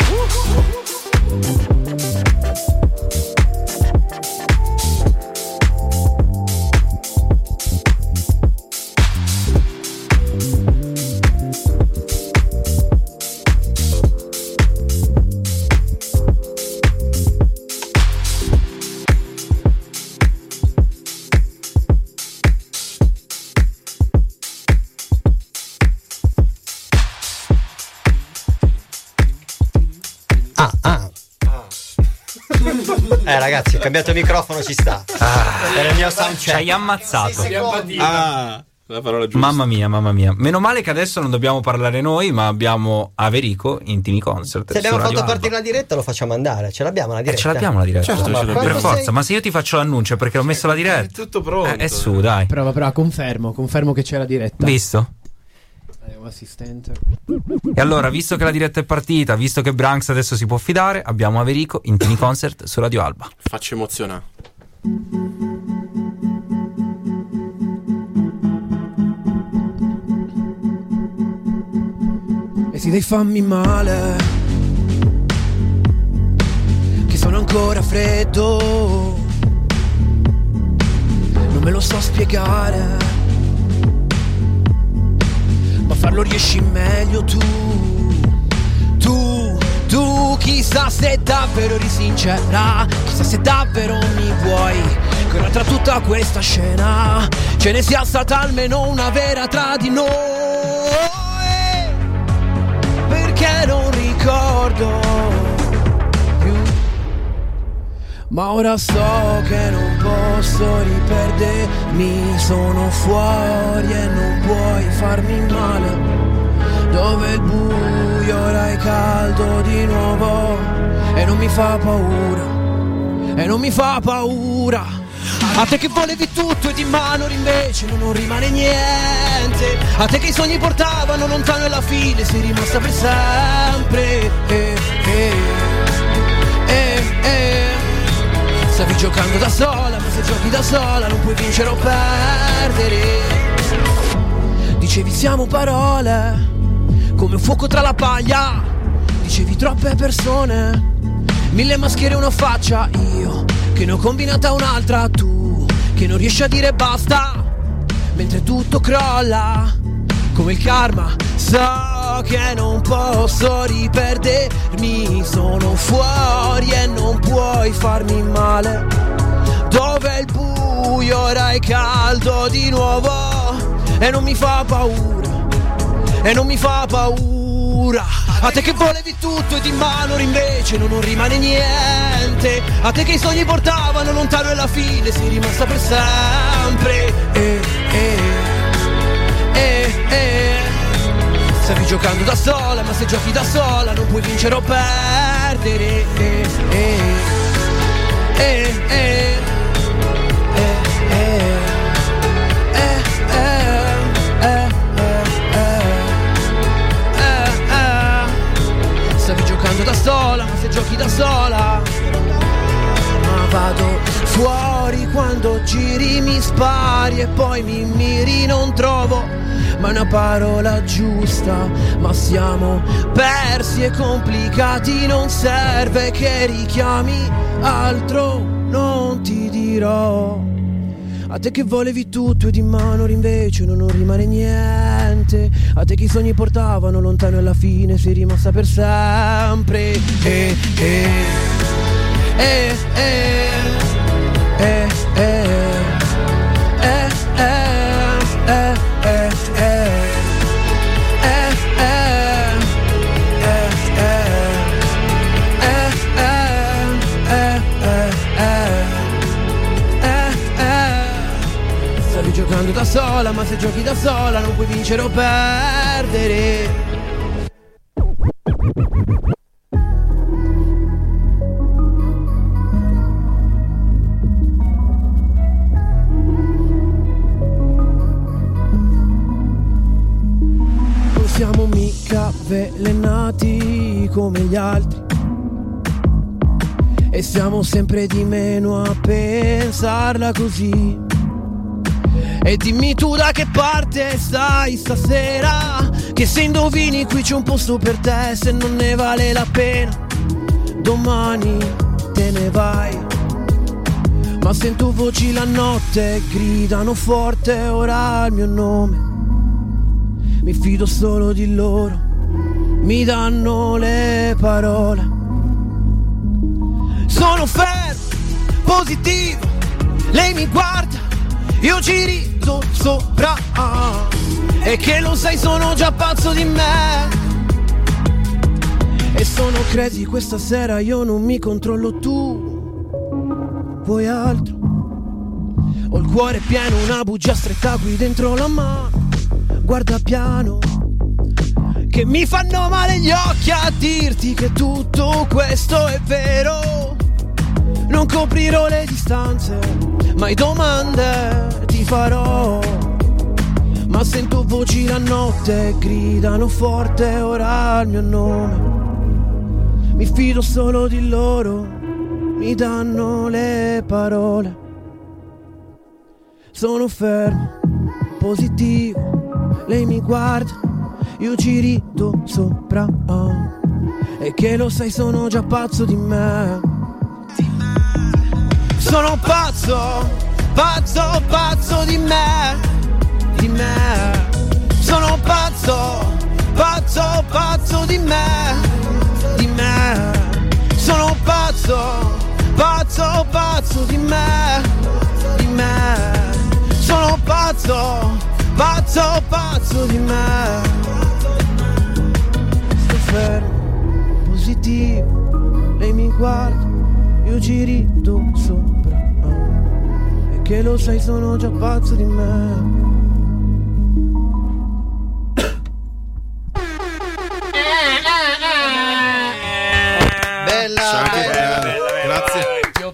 Ragazzi, ho cambiato il microfono, ci sta. Era il mio sound check. Ci hai ammazzato. La parola giusta. Mamma mia. Meno male che adesso non dobbiamo parlare noi, ma abbiamo Averico Intimi Concert. Se abbiamo fatto partire la diretta, lo facciamo andare. Ce l'abbiamo la diretta. Ce l'abbiamo la diretta. Certo, per forza. Ma se io ti faccio l'annuncio è perché ho messo la diretta. È tutto pronto. Su, dai. Però confermo che c'è la diretta. Visto? Assistente. E allora, visto che la diretta è partita, visto che Branks adesso si può fidare, abbiamo Averico Intimi Concert su Radio Alba. Faccio emozionare. E sì, dai, fammi male, che sono ancora freddo, non me lo so spiegare, ma farlo riesci meglio tu, chissà se davvero eri sincera, chissà se davvero mi vuoi, che ora tra tutta questa scena ce ne sia stata almeno una vera tra di noi, perché non ricordo più, ma ora so che non posso riperdermi, sono fuori e non puoi farmi male, dove il buio ora è caldo di nuovo e non mi fa paura, e non mi fa paura. A te che volevi tutto e di mano invece non rimane niente, a te che i sogni portavano lontano e la fine sei rimasta per sempre. Stavi giocando da sola, ma se giochi da sola non puoi vincere o perdere. Dicevi siamo parole, come un fuoco tra la paglia, dicevi troppe persone, mille maschere e una faccia, io che ne ho combinata un'altra, tu che non riesci a dire basta, mentre tutto crolla come il karma. So che non posso riperdermi, sono fuori e non puoi farmi male, dove il buio ora è caldo di nuovo e non mi fa paura, e non mi fa paura. A te che volevi tutto ed in mano invece non rimane niente. A te che i sogni portavano lontano e alla fine sei rimasta per sempre. Stavi giocando da sola, ma se giochi da sola non puoi vincere o perdere. Stavi giocando da sola, ma se giochi da sola. Ma vado fuori quando giri mi spari e poi mi miri non trovo ma una parola giusta, ma siamo persi e complicati, non serve che richiami altro, non ti dirò. A te che volevi tutto ed in mano invece non rimane niente. A te che i sogni portavano lontano e alla fine sei rimasta per sempre. Stavi giocando da sola, ma se giochi da sola non puoi vincere o perdere. Non siamo mica avvelenati come gli altri e siamo sempre di meno a pensarla così. E dimmi tu da che parte stai stasera, che se indovini qui c'è un posto per te, se non ne vale la pena domani te ne vai. Ma sento voci la notte, gridano forte ora il mio nome. Mi fido solo di loro, mi danno le parole. Sono fermo, positivo, lei mi guarda, io ci rido sopra. E che lo sai sono già pazzo di me. E sono crazy questa sera, io non mi controllo, tu vuoi altro. Ho il cuore pieno, una bugia stretta qui dentro la mano. Guarda piano, che mi fanno male gli occhi a dirti che tutto questo è vero. Non coprirò le distanze, mai domande ti farò. Ma sento voci la notte, gridano forte ora il mio nome. Mi fido solo di loro, mi danno le parole. Sono fermo, positivo, lei mi guarda, io ci rido sopra. E che lo sai sono già pazzo di me. Sono pazzo, pazzo, pazzo di me, di me. Sono pazzo, pazzo, pazzo di me, di me. Sono pazzo, pazzo, pazzo di me, di me. Sono pazzo, pazzo, pazzo di me. Sto fermo, positivo, lei mi guarda, io ci rido sopra. E che lo sai sono già pazzo di me. Grazie.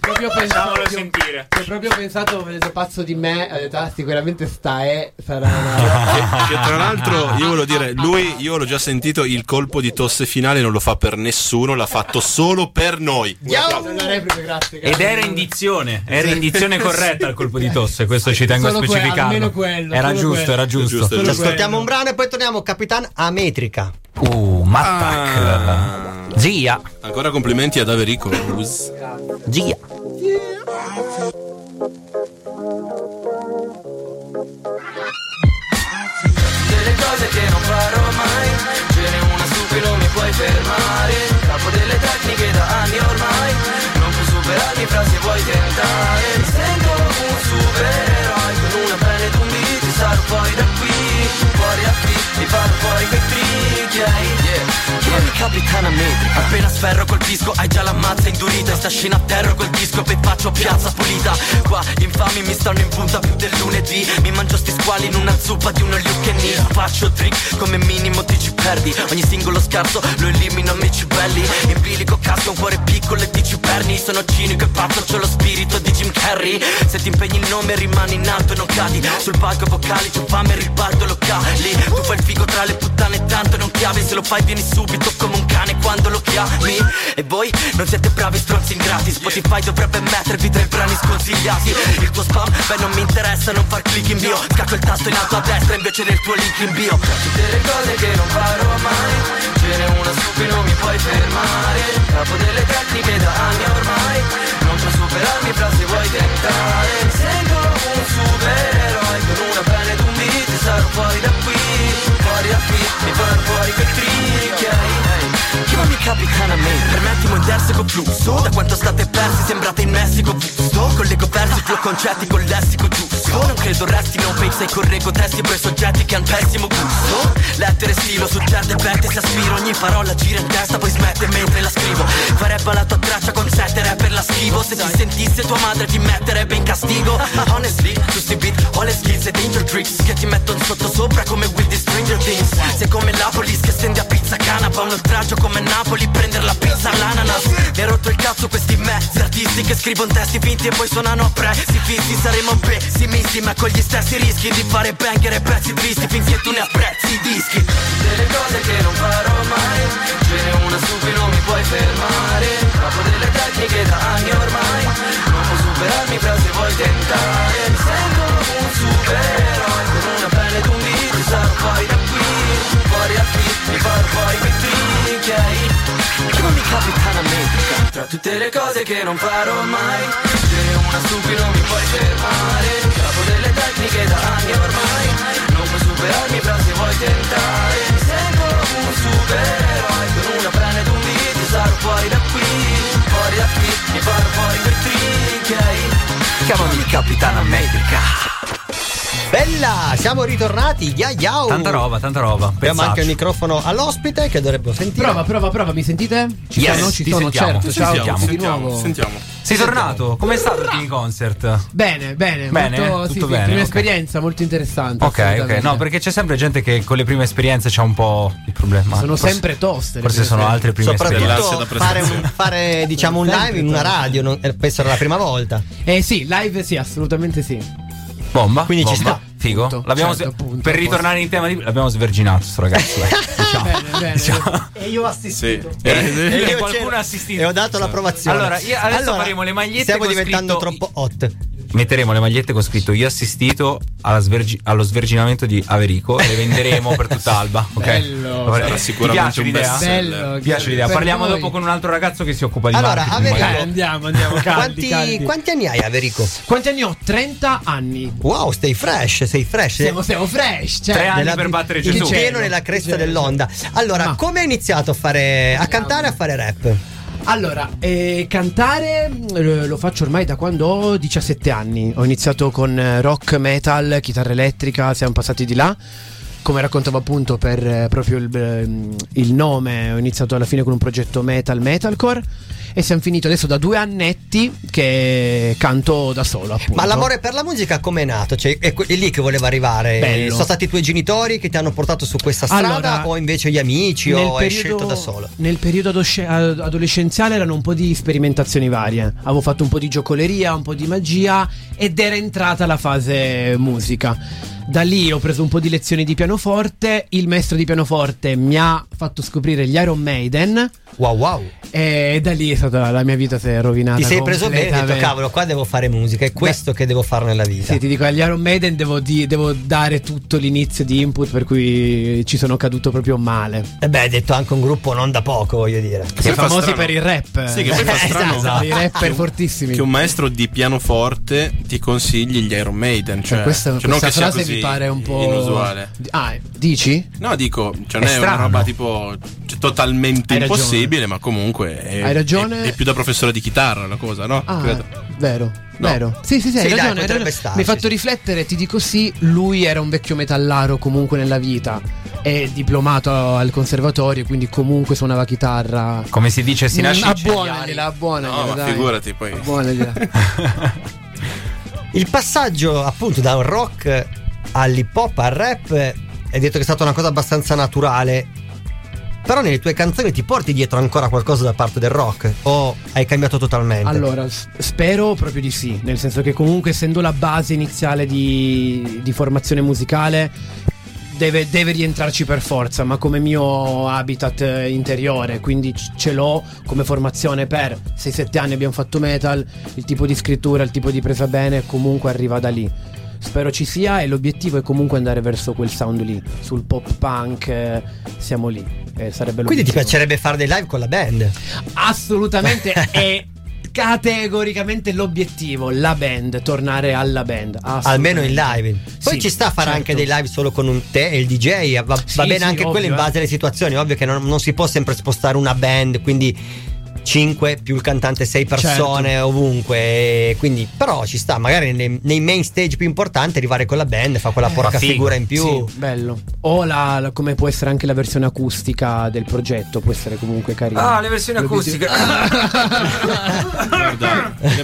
Ho proprio pensato, ho detto pazzo di me, ho detto sicuramente sarà una... che tra l'altro io volevo dire, lui, io l'ho già sentito, il colpo di tosse finale non lo fa per nessuno, l'ha fatto solo per noi. Grazie. Ed era indizione corretta il colpo di tosse, questo ci tengo a specificarlo. Almeno quello, era giusto. Ci ascoltiamo un brano e poi torniamo Capitan Ametrica. Mattac. Zia. Ancora complimenti ad Averico. Zia. Delle cose che non farò mai, ce n'è una su cui non mi puoi fermare. Capo delle tecniche da anni ormai, non puoi superarmi fra se vuoi tentare. Mi sento un supereroe con una pelle d'un beat, sarò poi da qui. mi fanno fuori quei tricchi, chiami Capitana Metrica. Appena sferro colpisco, hai già la mazza indurita. E sta scena a terra col disco e faccio piazza pulita. Qua gli infami mi stanno in punta più del lunedì. Mi mangio sti squali in una zuppa di uno Luke and Lee. Faccio trick come minimo ti ci perdi. Ogni singolo scarso lo elimino amici belli. In bilico casco, un cuore piccolo e ti ci perni. Sono cinico e pazzo, c'ho lo spirito di Jim Carrey. Se ti impegni il nome rimani in alto e non cadi. Sul palco vocali c'ho fame e ribalto locali. Tu fai il figo tra le puttane tanto non chiavi. Se lo fai vieni subito come un cane quando lo chiami. E voi non siete bravi stronzi ingrati. Spotify dovrebbe mettervi tra i brani sconsigliati. Il tuo spam, beh non mi interessa, non far click in bio. Scacco il tasto in alto a destra invece del tuo link in bio. Tutte le cose che non farò mai, ce n'è una su cui non mi puoi fermare. Capo delle tecniche da anni ormai, non puoi superarmi fra se vuoi tentare. Sento un supereroe con una pelle ed un beat. Sarò fuori da qui, mi fanno fuori quei tricchi. Chiamami Capitana Metrica. Permettimi un terzico flusso. Da quanto state persi sembrate in Messico giusto. Collego versi, più concetti con lessico giusto. Non credo resti, non pensa e correggo testi per soggetti che han pessimo gusto. Lettere stilo su certe pette si aspiro. Ogni parola gira in testa poi smette mentre la scrivo. Farebbe la tua traccia con 7 rapper la schivo. Se ti sentisse tua madre ti metterebbe in castigo. Honestly, su sti beat ho le skills e danger tricks che ti mettono sotto sopra come Will di Stranger Things. Sei come la police che stende a pizza canapa. Un oltraggio come Napoli, prendere la pizza all'ananas. Mi ha rotto il cazzo questi mezzi artisti che scrivono testi finti e poi suonano a prezzi fissi. Saremo pessimisti ma con gli stessi rischi di fare banger e pezzi tristi finché tu ne apprezzi i dischi. Delle cose che non farò mai, ce n'è una su cui non mi puoi fermare. Capo delle tecniche da anni ormai, non puoi superarmi fra se vuoi tentare. Mi sento un supereroe con una pelle ed un beat. Sarò fuori da qui, fuori da qui, mi farò fuori quei tricchi. Chiamami Capitana Metrica. Tra tutte le cose che non farò mai, ce n'è una su cui non mi puoi fermare. Capo delle tecniche da anni ormai, non puoi superarmi fra se vuoi tentare. Mi sento un supereroe con una penna ed un beat. Sarò fuori da qui, mi farò fuori per tricchi. Chiamami Capitana Metrica. Bella, siamo ritornati. Yao. Tanta roba. Abbiamo anche il microfono all'ospite che dovrebbe sentire. Prova, mi sentite? Ci sono, certo. Ciao, di nuovo. Sentiamo. Sei tornato? Com'è stato il team concert? Bene. Molto, tutto bene. Prima esperienza molto interessante. Ok. No, perché c'è sempre gente che con le prime esperienze c'ha un po' il problema. Sono sempre toste. Forse sono altre prime esperienze. Soprattutto fare diciamo un live in una radio, penso era la prima volta. Sì, live sì, assolutamente sì. Bomba. Quindi ci sta. Figo. Appunto, per ritornare in tema l'abbiamo sverginato sto ragazzo. Bene. E io ho assistito. E qualcuno ha assistito. E ho dato l'approvazione. Allora, adesso faremo le magliette. Stiamo diventando troppo hot. Metteremo le magliette con scritto io ho assistito allo sverginamento di Averico e le venderemo per tutta Alba. Ok? Bello. Sarà sicuramente un best seller. Mi piace l'idea. Parliamo dopo con un altro ragazzo che si occupa di marketing. Averico. Andiamo. Caldi. Quanti anni hai, Averico? Quanti anni ho? 30 anni. Wow, sei fresh. Siamo fresh. 3 anni per battere Gesù. Il pieno nella cresta dell'onda. Allora, come hai iniziato a cantare e a fare rap? Allora, cantare lo faccio ormai da quando ho 17 anni. Ho iniziato con rock, metal, chitarra elettrica, siamo passati di là. Come raccontavo appunto per proprio il nome, ho iniziato alla fine con un progetto metalcore e siamo finiti adesso da 2 annetti che canto da solo, appunto. Ma l'amore per la musica com'è nato? Cioè, è lì che volevo arrivare. Bello. Sono stati i tuoi genitori che ti hanno portato su questa strada, o invece gli amici, o hai scelto da solo? Nel periodo adolescenziale erano un po' di sperimentazioni varie. Avevo fatto un po' di giocoleria, un po' di magia ed era entrata la fase musica. Da lì ho preso un po' di lezioni di pianoforte. Il maestro di pianoforte mi ha fatto scoprire gli Iron Maiden. Wow. E da lì è stata la mia vita si è rovinata. Ti sei preso bene e hai detto cavolo, qua devo fare musica, è questo che devo fare nella vita. Sì, ti dico, agli Iron Maiden devo dare tutto l'inizio di input, per cui ci sono caduto proprio male. E hai detto anche un gruppo non da poco, voglio dire. Siamo famosi per il rap. Sì, che poi fa strano. Esatto. I rapper fortissimi. Che un maestro di pianoforte ti consigli gli Iron Maiden. Questa non che sia frase così mi pare un po' inusuale. Dici? No, dico, non è una roba tipo totalmente impossibile, ma comunque hai ragione. È più da professore di chitarra la cosa, no? Credo. vero. Vero. Sì, hai ragione. Mi hai fatto riflettere, ti dico sì, lui era un vecchio metallaro comunque nella vita. È diplomato al conservatorio, quindi comunque suonava chitarra. Come si dice, si nasce buona. No, ma figurati poi. Il passaggio appunto da un rock all'hip hop al rap è detto che è stata una cosa abbastanza naturale. Però nelle tue canzoni ti porti dietro ancora qualcosa da parte del rock? O hai cambiato totalmente? Allora, spero proprio di sì. Nel senso che comunque, essendo la base iniziale di formazione musicale, deve rientrarci per forza, ma come mio habitat interiore. Quindi ce l'ho come formazione per 6-7 anni abbiamo fatto metal. Il tipo di scrittura, il tipo di presa bene comunque arriva da lì. Spero ci sia, e l'obiettivo è comunque andare verso quel sound lì. Sul pop punk siamo lì, sarebbe l'obiettivo. Quindi ti piacerebbe fare dei live con la band? Assolutamente. È categoricamente l'obiettivo, la band, tornare alla band, almeno in live. Poi ci sta a fare anche dei live solo con te e il DJ, va bene anche quello in base alle situazioni. Ovvio che non si può sempre spostare una band, quindi 5 più il cantante 6 persone ovunque, quindi però ci sta magari nei main stage più importanti arrivare con la band, fa quella porca figura in più. Sì, bello. O come può essere anche la versione acustica del progetto, può essere comunque carina. Le versioni acustiche. Guarda, ne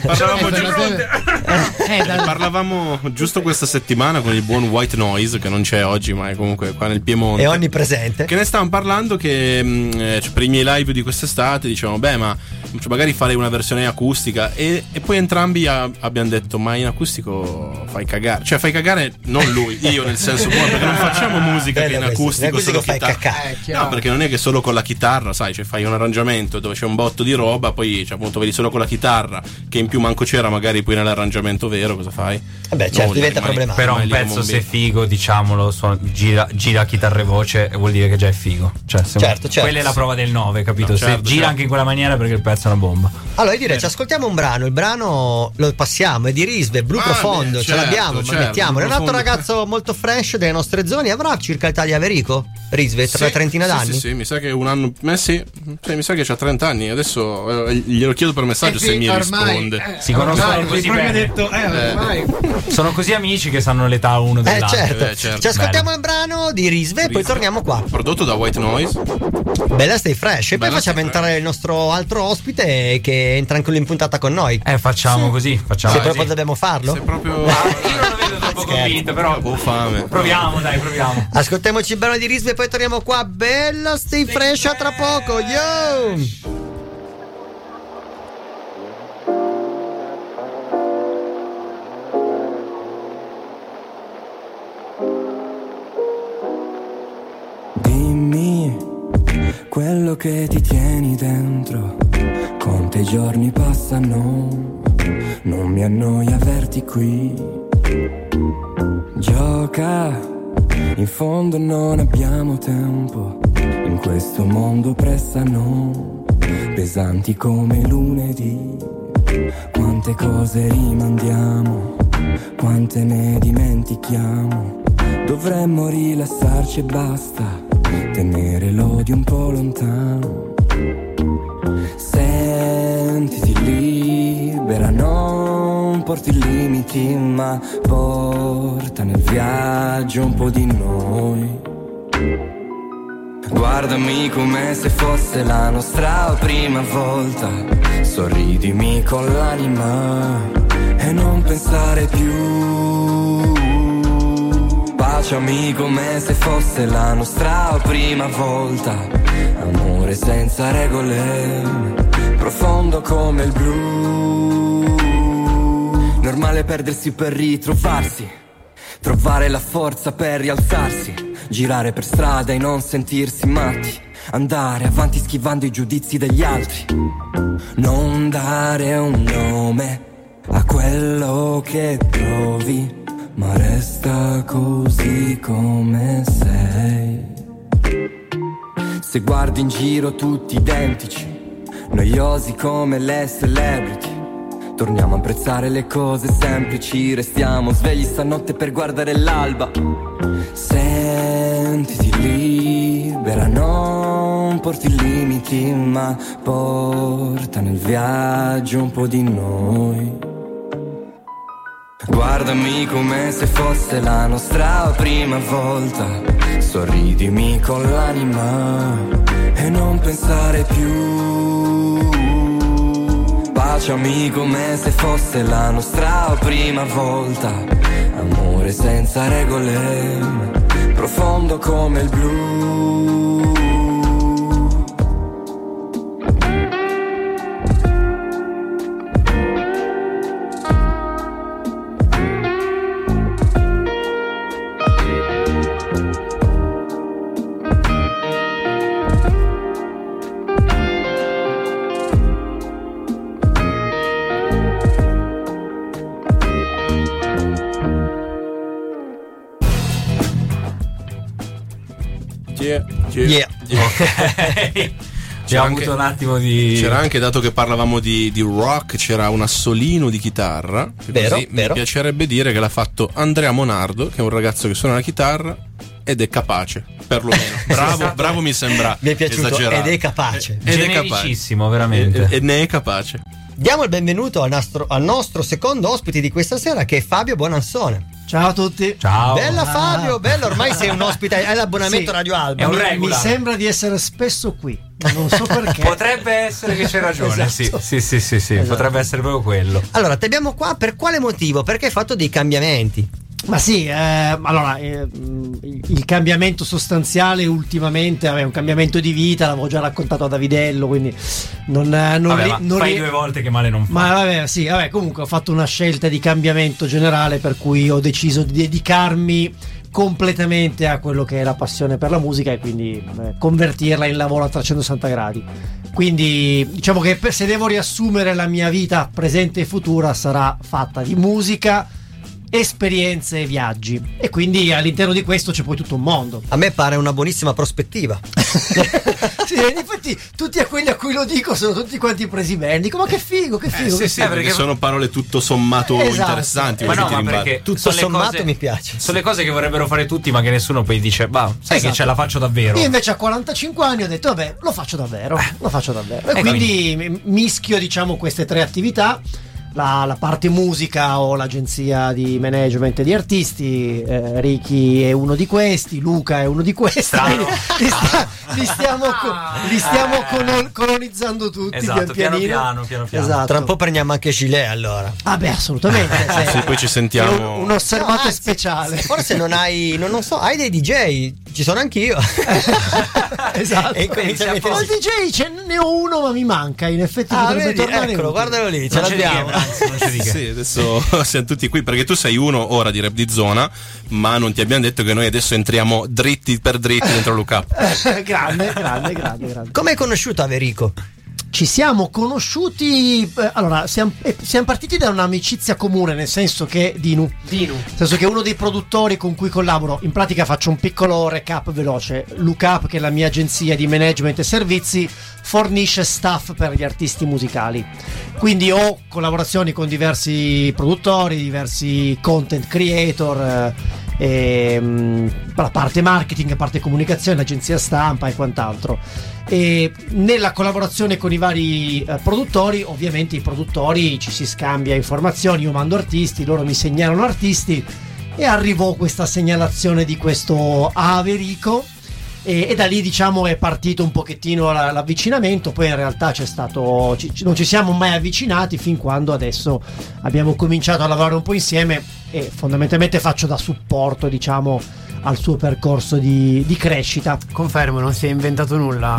parlavamo giusto questa settimana con il buon White Noise, che non c'è oggi ma è comunque qua nel Piemonte, è onnipresente, che ne stavamo parlando che per i miei live di quest'estate dicevamo ma magari fare una versione acustica, e poi entrambi abbiamo detto ma in acustico fai cagare, cioè fai cagare non lui, io nel senso buono, perché non facciamo musica che in acustico solo chitarra, no, perché non è che solo con la chitarra, sai, cioè fai un arrangiamento dove c'è un botto di roba, poi cioè, appunto vedi solo con la chitarra, che in più manco c'era magari poi nell'arrangiamento vero, cosa fai? Certo, diventa problematico. Però un pezzo se è figo, diciamolo, gira chitarra e voce, vuol dire che già è figo, cioè, certo. Quella è la prova del 9, capito? Se gira anche in quella maniera, perché il pezzo è una bomba. Allora io direi ci ascoltiamo un brano. Il brano lo passiamo, è di Risve, Blu Profondo, ce l'abbiamo, ma mettiamo. È un altro ragazzo molto fresh delle nostre zone. Avrà circa l'età di Averico? Risve, tra trentina d'anni? Sì, mi sa che un anno. Mi sa che c'ha 30 anni. Adesso glielo chiedo per messaggio se mi risponde. Si conoscono così bene. Sono così amici che sanno l'età uno dell'altro. Certo. Ci ascoltiamo il brano di Risve e poi torniamo qua. Prodotto da White Noise. Bella Stay Fresh. E poi facciamo entrare il nostro altro ospite che entra anche in puntata con noi. Facciamo così. Se proprio dobbiamo farlo. Se proprio. Io non lo vedo troppo convinto, però ho fame. Proviamo. Ascoltiamoci il brano di Risve e poi torniamo qua. Bella Stay Fresh, a tra poco. Yo! Quello che ti tieni dentro, quanti giorni passano, non mi annoia averti qui. Gioca, in fondo non abbiamo tempo, in questo mondo pressano, pesanti come lunedì. Quante cose rimandiamo, quante ne dimentichiamo, dovremmo rilassarci e basta, tenere l'odio un po' lontano. Sentiti libera, non porti limiti, ma porta nel viaggio un po' di noi. Guardami come se fosse la nostra prima volta, sorridimi con l'anima e non pensare più. Baciami come se fosse la nostra prima volta, amore senza regole, profondo come il blu. Normale perdersi per ritrovarsi, trovare la forza per rialzarsi, girare per strada e non sentirsi matti, andare avanti schivando i giudizi degli altri, non dare un nome a quello che provi, ma resta così come sei. Se guardi in giro tutti identici, noiosi come le celebrity, torniamo a apprezzare le cose semplici, restiamo svegli stanotte per guardare l'alba. Sentiti libera, non porti limiti, ma porta nel viaggio un po' di noi. Guardami come se fosse la nostra prima volta, sorridimi con l'anima e non pensare più. Baciami come se fosse la nostra prima volta, amore senza regole, profondo come il blu. Yeah. Ok. C'era avuto un attimo di. C'era anche, dato che parlavamo di rock, c'era un assolino di chitarra. Vero. Mi piacerebbe dire che l'ha fatto Andrea Monardo, che è un ragazzo che suona la chitarra ed è capace, perlomeno. Bravo mi sembra. Mi è piaciuto, esagerato. ed è capace. Genericissimo, veramente. E ne è capace. Diamo il benvenuto al nostro secondo ospite di questa sera, che è Fabio Bonansone. Ciao a tutti. Ciao. Bella Fabio, bello, ormai sei un ospite, hai l'abbonamento Sì, Radio Alba. È un regular. Mi sembra di essere spesso qui, ma non so perché. Potrebbe essere che c'è ragione. Esatto. Sì. Esatto. Potrebbe essere proprio quello. Allora, ti abbiamo qua per quale motivo? Perché hai fatto dei cambiamenti. Ma sì, allora il cambiamento sostanziale ultimamente è un cambiamento di vita, l'avevo già raccontato a Davidello, quindi non fai 2 volte che male non fa. Ma vabbè, comunque ho fatto una scelta di cambiamento generale, per cui ho deciso di dedicarmi completamente a quello che è la passione per la musica e quindi convertirla in lavoro a 360 gradi. Quindi diciamo che se devo riassumere la mia vita presente e futura, sarà fatta di musica, esperienze e viaggi, e quindi all'interno di questo c'è poi tutto un mondo. A me pare una buonissima prospettiva. Sì, infatti tutti a quelli a cui lo dico sono tutti quanti presi bene, dico ma che figo, Sì, perché sono parole tutto sommato interessanti. Ma no, ma perché tutto sommato mi piace. Sono le cose che vorrebbero fare tutti, ma che nessuno poi dice sai che ce la faccio davvero. Io invece a 45 anni ho detto vabbè, lo faccio davvero. E quindi mischio, diciamo, queste 3 attività. La parte musica, o l'agenzia di management di artisti, Ricky è uno di questi, Luca è uno di questi. Li stiamo colonizzando tutti, esatto, piano. Esatto. Tra un po' prendiamo anche Gilet, allora. Ah beh, assolutamente. Sì, poi ci sentiamo. Un osservato speciale. Forse non hai, non so, hai dei DJ, ci sono anch'io. Esatto. Il DJ ne ho uno, ma mi manca, in effetti potrebbe tornare. Eccolo, guardalo lì, ce l'abbiamo. Sì, adesso siamo tutti qui perché tu sei uno ora di Rap di Zona, ma non ti abbiamo detto che noi adesso entriamo dritti per dritti dentro Look Up. Grande. Come hai conosciuto Averico? Ci siamo conosciuti, allora siamo partiti da un'amicizia comune, nel senso che Dinu, nel senso che uno dei produttori con cui collaboro, in pratica faccio un piccolo recap veloce. Look Up, che è la mia agenzia di management e servizi, fornisce staff per gli artisti musicali, quindi ho collaborazioni con diversi produttori, diversi content creator, la parte marketing, la parte comunicazione, l'agenzia stampa e quant'altro. E nella collaborazione con i vari produttori, ovviamente i produttori ci si scambia informazioni, io mando artisti, loro mi segnalano artisti, e arrivò questa segnalazione di questo Averico, e da lì, diciamo, è partito un pochettino l'avvicinamento. Poi in realtà c'è stato, non ci siamo mai avvicinati fin quando adesso abbiamo cominciato a lavorare un po' insieme, e fondamentalmente faccio da supporto, diciamo, al suo percorso di crescita. Confermo, non si è inventato nulla.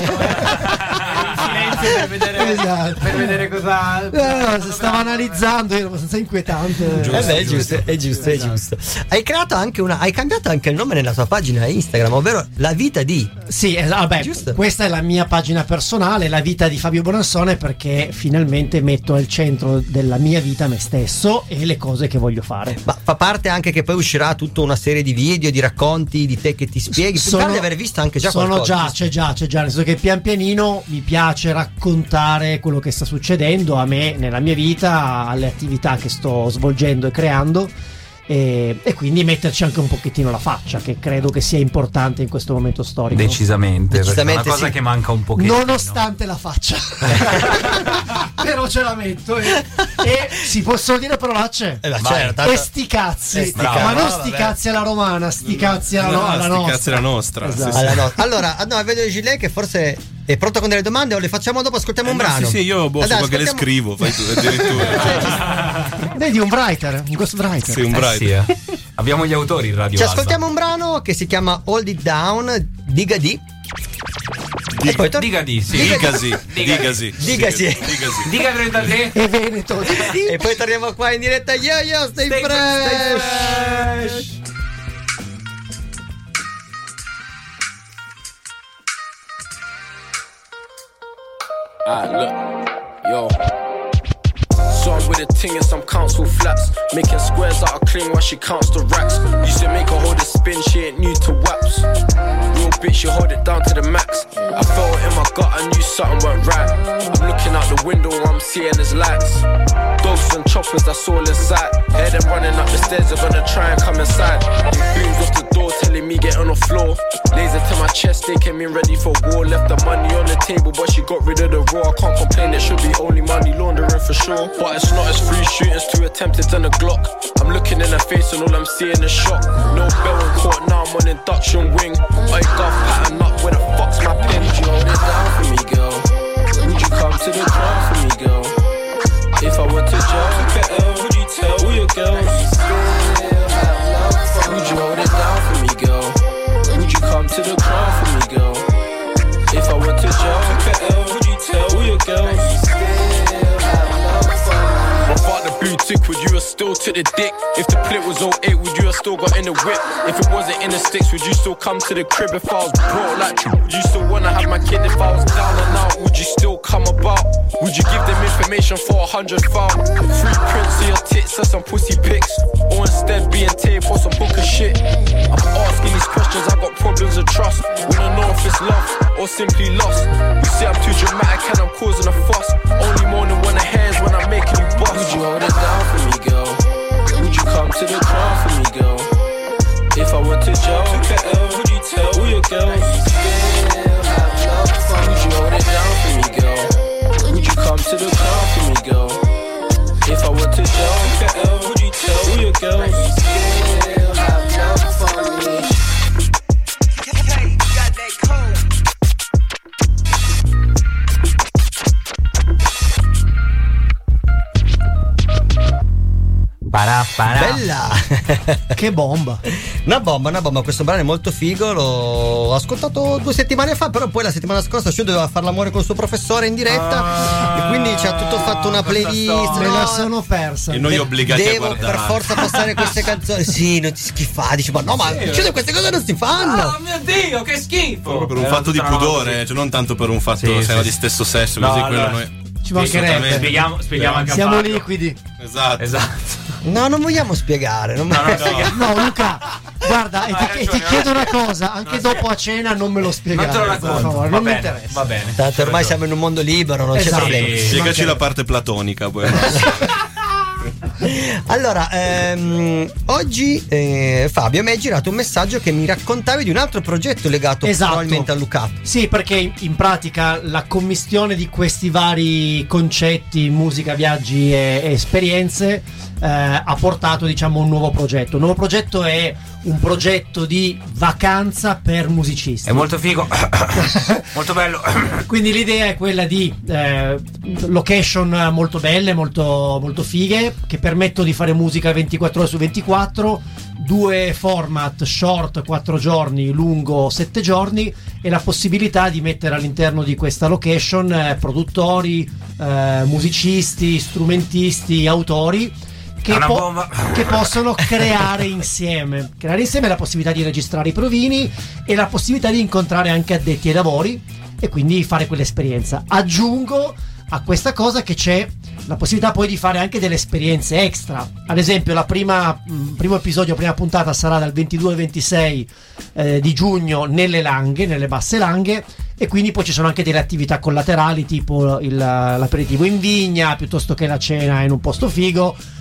per vedere cosa. Stavo analizzando, era abbastanza inquietante. È giusto. Hai creato anche hai cambiato anche il nome nella tua pagina Instagram, ovvero La Vita di. Sì, vabbè, questa è la mia pagina personale, La Vita di Fabio Bonansone, perché finalmente metto al centro della mia vita me stesso e le cose che voglio fare. Ma fa parte anche che poi uscirà tutta una serie di video, di racconti di te che ti spieghi. Mi pare di aver visto anche già qualcosa. C'è già, nel senso che pian pianino mi piace raccontare quello che sta succedendo a me nella mia vita, alle attività che sto svolgendo e creando, e quindi metterci anche un pochettino la faccia, che credo che sia importante in questo momento storico. Decisamente, è una cosa sì, che manca un pochettino, nonostante la faccia. Però ce la metto e si possono dire parolacce? Certo, e sti cazzi, ma non sti cazzi alla romana, sti cazzi alla nostra. Cazzi alla nostra. Esatto. Allora, vedo Gilet che forse è pronto con delle domande, o le facciamo dopo? Ascoltiamo un brano. Sì, io che le scrivo, fai tu addirittura. Vedi, un writer, un ghostwriter. Sì, un writer. Abbiamo gli autori in radio. Ci ascoltiamo un brano che si chiama Hold It Down, Digadi. E poi Digadi, sì. Digasi. Diga 33 e Veneto. E poi torniamo qua in diretta. Yo, stay fresh. Look, yo. So I'm with a ting in some council flats, making squares out of clean while she counts the racks. Used to make her hold a spin, she ain't new to waps. Real bitch, she hold it down to the max. I felt it in my gut, I knew something went right. I'm looking out the window, all I'm seeing is lights. Dogs and choppers, that's all inside. Hear them running up the stairs, they're gonna try and come inside. It booms off the door, telling me get on the floor. Laser to my chest, they came in ready for war. Left the money on the table, but she got rid of the raw. I can't complain, it should be only money laundering for sure. But it's not as 3 shootings, 2 attempted and a Glock. I'm looking in her face and all I'm seeing is shock. No bell in court, now I'm on induction wing. I got pattern up, where the fuck's my pin? Would you hold it down for me, girl? Would you come to the ground for me, girl? If I went to jail, would you tell all your girls? Would you hold it down for me, girl? Would you come to the ground for me, girl? If I went to jail, would you tell all your girls? Fuck the blue tick, would you have still took the dick? If the plate was 08, would you have still got in the whip? If it wasn't in the sticks, would you still come to the crib? If I was broke like, would you still wanna have my kid? If I was down and out, would you still come about? Would you give them information for 100 foul? Free prints of your tits or some pussy pics? Or instead being tape or some book of shit? I'm asking these questions, I got problems of trust. Wanna know if it's love or simply lost? You say I'm too dramatic and I'm causing a fuss. Only mourning when the hairs when I'm making you bust. Would you hold it down for me, girl? Would you come to the ground for me, girl? If I went to jail, would you tell all your girls? Would you hold it down for me, girl? Would you come to the ground for me, girl? If I went to jail, would you tell all your girls? Bella. Che bomba. Una bomba. Questo brano è molto figo. L'ho ascoltato 2 settimane fa, però poi la settimana scorsa Shu doveva fare l'amore con il suo professore in diretta e quindi ci ha tutto fatto una playlist. Me la sono persa. E noi obbligati a guardare. Devo per forza passare queste canzoni. Sì, non ti schifate. Dici, ma no, ma queste cose non si fanno. Oh mio Dio, che schifo. Proprio per un fatto di pudore, cioè non tanto per un fatto di stesso sesso, così quello noi. Ci mancherebbe. Spieghiamo anche siamo a Fabio. Liquidi. Esatto. No, non vogliamo spiegare. No, Luca, guarda, e ti chiedo una cosa, anche dopo a cena non me lo spiegare. Non te lo racconto, non mi interessa. Va bene. Tanto ormai siamo in un mondo libero, non c'è problema. Spiegaci la parte platonica poi. Allora, oggi Fabio mi hai girato un messaggio che mi raccontavi di un altro progetto legato probabilmente al Look Up. Sì, perché in pratica la commistione di questi vari concetti, musica, viaggi e esperienze ha portato, diciamo, un nuovo progetto. Un nuovo progetto è un progetto di vacanza per musicisti. È molto figo. Molto bello. Quindi l'idea è quella di location molto belle, molto, molto fighe, che permettono di fare musica 24 ore su 24, 2 format, short 4 giorni, lungo 7 giorni, e la possibilità di mettere all'interno di questa location produttori, musicisti, strumentisti, autori che possono creare insieme la possibilità di registrare i provini e la possibilità di incontrare anche addetti ai lavori e quindi fare quell'esperienza. Aggiungo a questa cosa che c'è la possibilità poi di fare anche delle esperienze extra. Ad esempio primo episodio, prima puntata sarà dal 22 al 26 di giugno nelle Langhe, nelle Basse Langhe, e quindi poi ci sono anche delle attività collaterali tipo l'aperitivo in vigna, piuttosto che la cena in un posto figo.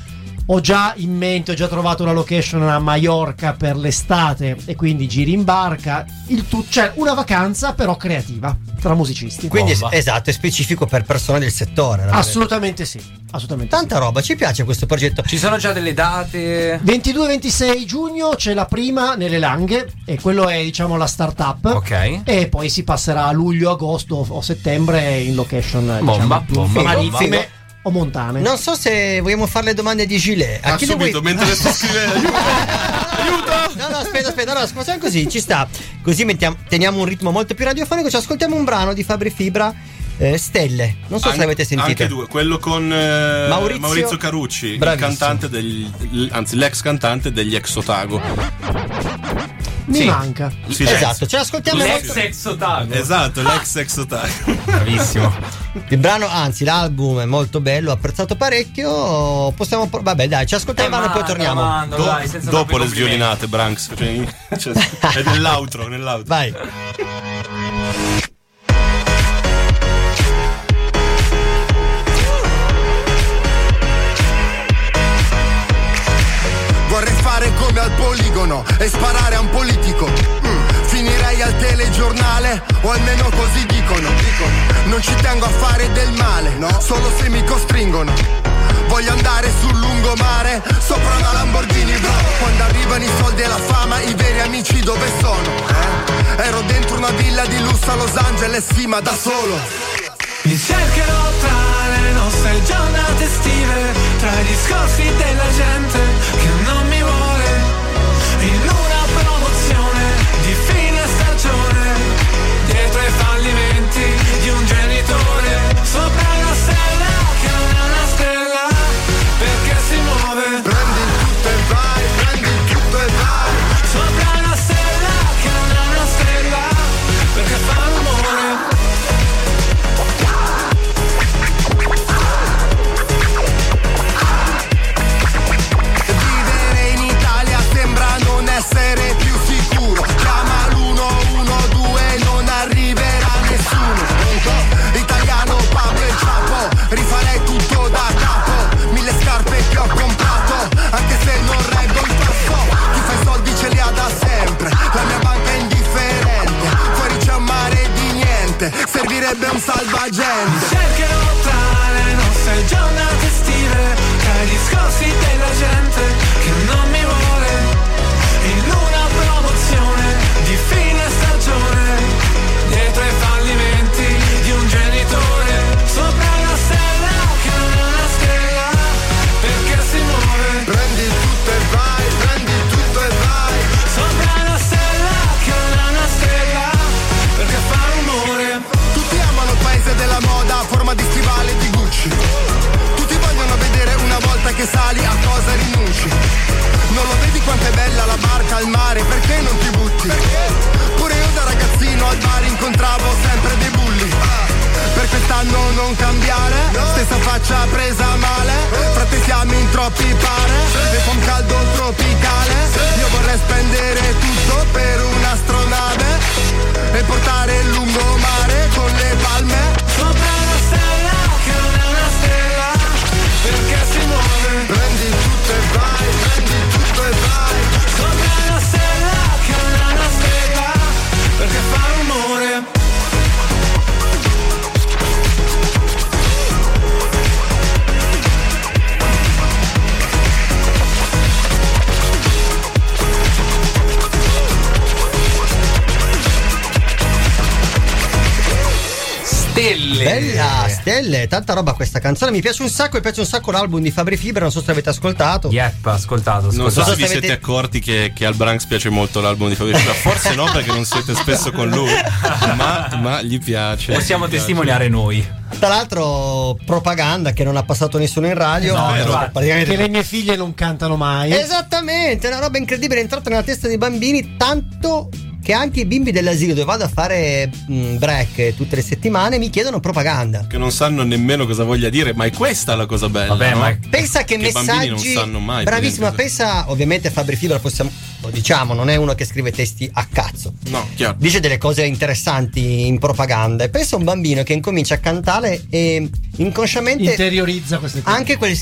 ho già in mente, ho già trovato una location a Maiorca per l'estate e quindi giri in barca, cioè una vacanza però creativa tra musicisti. Quindi esatto, è specifico per persone del settore. Assolutamente sì, assolutamente. Tanta roba, ci piace questo progetto. Ci sono già delle date? 22-26 giugno c'è la prima nelle Langhe e quello è diciamo la startup. Ok. E poi si passerà a luglio, agosto o settembre in location bomba, marittime o montane. Non so se vogliamo fare le domande di Gilet. A chi subito, mentre le sto scrivendo. Aiuto! No, aspetta, no, facciamo così, ci sta. Così teniamo un ritmo molto più radiofonico. Ci ascoltiamo un brano di Fabri Fibra, Stelle. Non so se l'avete sentito. Anche due, quello con Maurizio Carucci, il cantante l'ex cantante degli Ex Otago. Mi manca. Esatto, ce l'ascoltiamo. L'ex Ex Otago. Esatto, l'ex Ex Otago. Bravissimo. Il brano, anzi l'album è molto bello, apprezzato parecchio. Possiamo vabbè dai, ci ascoltiamo e poi torniamo. Dopo le sviolinate, Branks. Cioè, è nell'outro. Vai. Vorrei fare come al poligono e sparare a un politico. Finirei al telegiornale, o almeno così dicono. Non ci tengo a fare del male, no, solo se mi costringono. Voglio andare sul lungomare, sopra una Lamborghini, bravo. Quando arrivano i soldi e la fama, i veri amici dove sono? Ero dentro una villa di lusso a Los Angeles, sì, ma da solo. Mi cercherò tra le nostre giornate estive, tra i discorsi della gente che non mi vuole, in una promozione di fine stagione, dietro ai fallimenti di un genitore, sopra una stella che non è una stella, perché si muove. Prendi tutto e vai, sopra una stella che non è una stella, perché fa rumore. Essere più sicuro, chiama l'112, non arriverà nessuno. Italiano, Pablo e Chapo, rifarei tutto da capo. 1000 scarpe che ho comprato, anche se non reggo il passo. Chi fa i soldi ce li ha da sempre, la mia banca è indifferente. Fuori c'è un mare di niente, servirebbe un salvagente. Cercherò tra le nostre giornate estive, tra i discorsi della gente che non mi vuole, in una promozione di fine stagione, dietro ai fallimenti di un genitore, sopra una stella che non è una stella, perché si muove. Prendi tutto e vai, sopra una stella che non è una stella, perché fa rumore. Tutti amano il paese della moda a forma di stivale di Gucci. Tutti vogliono vedere una volta che sali a cosa rinunci. Non lo vedi quanto è bella la barca al mare, perché non ti butti? Pure io da ragazzino al bar incontravo sempre dei bulli. Per quest'anno non cambiare, stessa faccia presa male. Frate siamo in troppi pare, e fa un caldo tropicale. Io vorrei spendere tutto per un'astronave e portare il lungomare con le palme. Sopra una stella che non è una stella, perché si muove. Prendi tutto e vai, sopra una stella che non è una stella, perché fa rumore. Stelle. Bella, Stelle, tanta roba questa canzone, mi piace un sacco l'album di Fabri Fibra, non so se avete ascoltato. Yep, ascoltato. Non so se vi siete accorti che al Branks piace molto l'album di Fabri Fibra, forse no perché non siete spesso con lui, ma gli piace. Possiamo testimoniare noi. Tra l'altro propaganda che non ha passato nessuno in radio, praticamente... che le mie figlie non cantano mai. Esattamente, una roba incredibile, è entrata nella testa dei bambini, tanto che anche i bimbi dell'asilo dove vado a fare break tutte le settimane mi chiedono propaganda, che non sanno nemmeno cosa voglia dire, ma è questa la cosa bella. Vabbè, no? ma pensa che messaggi, i bambini non sanno mai. Bravissima, pensa, ovviamente Fabri Fibra lo diciamo, non è uno che scrive testi a cazzo, no, chiaro, dice delle cose interessanti in propaganda, e pensa a un bambino che incomincia a cantare e inconsciamente interiorizza queste cose, anche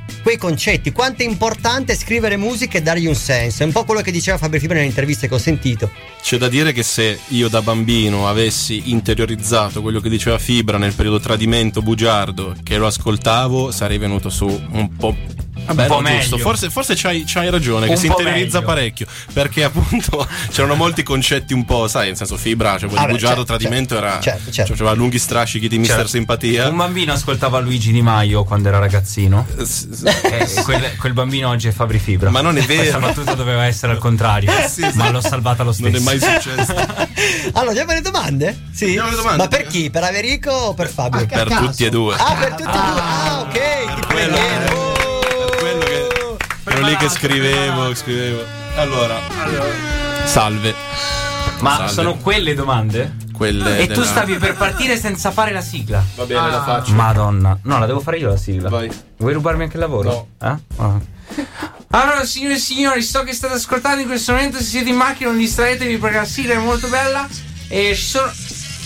quei concetti, quanto è importante scrivere musica e dargli un senso. È un po' quello che diceva Fabio Fibra nelle interviste che ho sentito. C'è da dire che se io da bambino avessi interiorizzato quello che diceva Fibra nel periodo tradimento bugiardo, che lo ascoltavo, sarei venuto su un po'. Vabbè, un po' giusto. Forse c'hai ragione, che si interiorizza parecchio, perché appunto c'erano molti concetti un po', sai, nel senso Fibra, cioè quello bugiardo, tradimento era c'aveva lunghi strascichi di Mister Simpatia. Un bambino ascoltava Luigi Di Maio quando era ragazzino. Quel bambino oggi è Fabri Fibra. Ma non è vero. Questa battuta doveva essere al contrario, ma l'ho salvata lo stesso. Non è mai successo. Allora, abbiamo le domande? Sì. Ma per chi? Per Averico o per Fabio? Per tutti e due. Per tutti e due. Ok, ti preghiamo. Ero lì che scrivevo. Allora. Salve. Ma Salve. sono quelle domande? Quelle e tu stavi per partire senza fare la sigla. Va bene, la faccio. Madonna. No, la devo fare io la sigla. Vai. Vuoi rubarmi anche il lavoro? No. Allora, signore e signori, so che state ascoltando in questo momento. Se siete in macchina non distraetevi perché la sigla è molto bella. E ci sono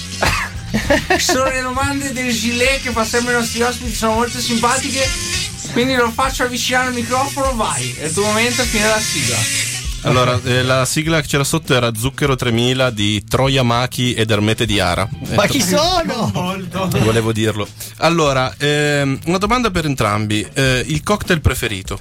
le domande del gilet che fa sempre i nostri ospiti, sono molto simpatiche. Quindi lo faccio avvicinare al microfono, vai. È il tuo momento, fine la sigla. Allora, la sigla che c'era sotto era Zucchero 3000 di Troia Machi ed Ermete Diara. Ma chi sono? Volevo dirlo. Allora, una domanda per entrambi. Il cocktail preferito?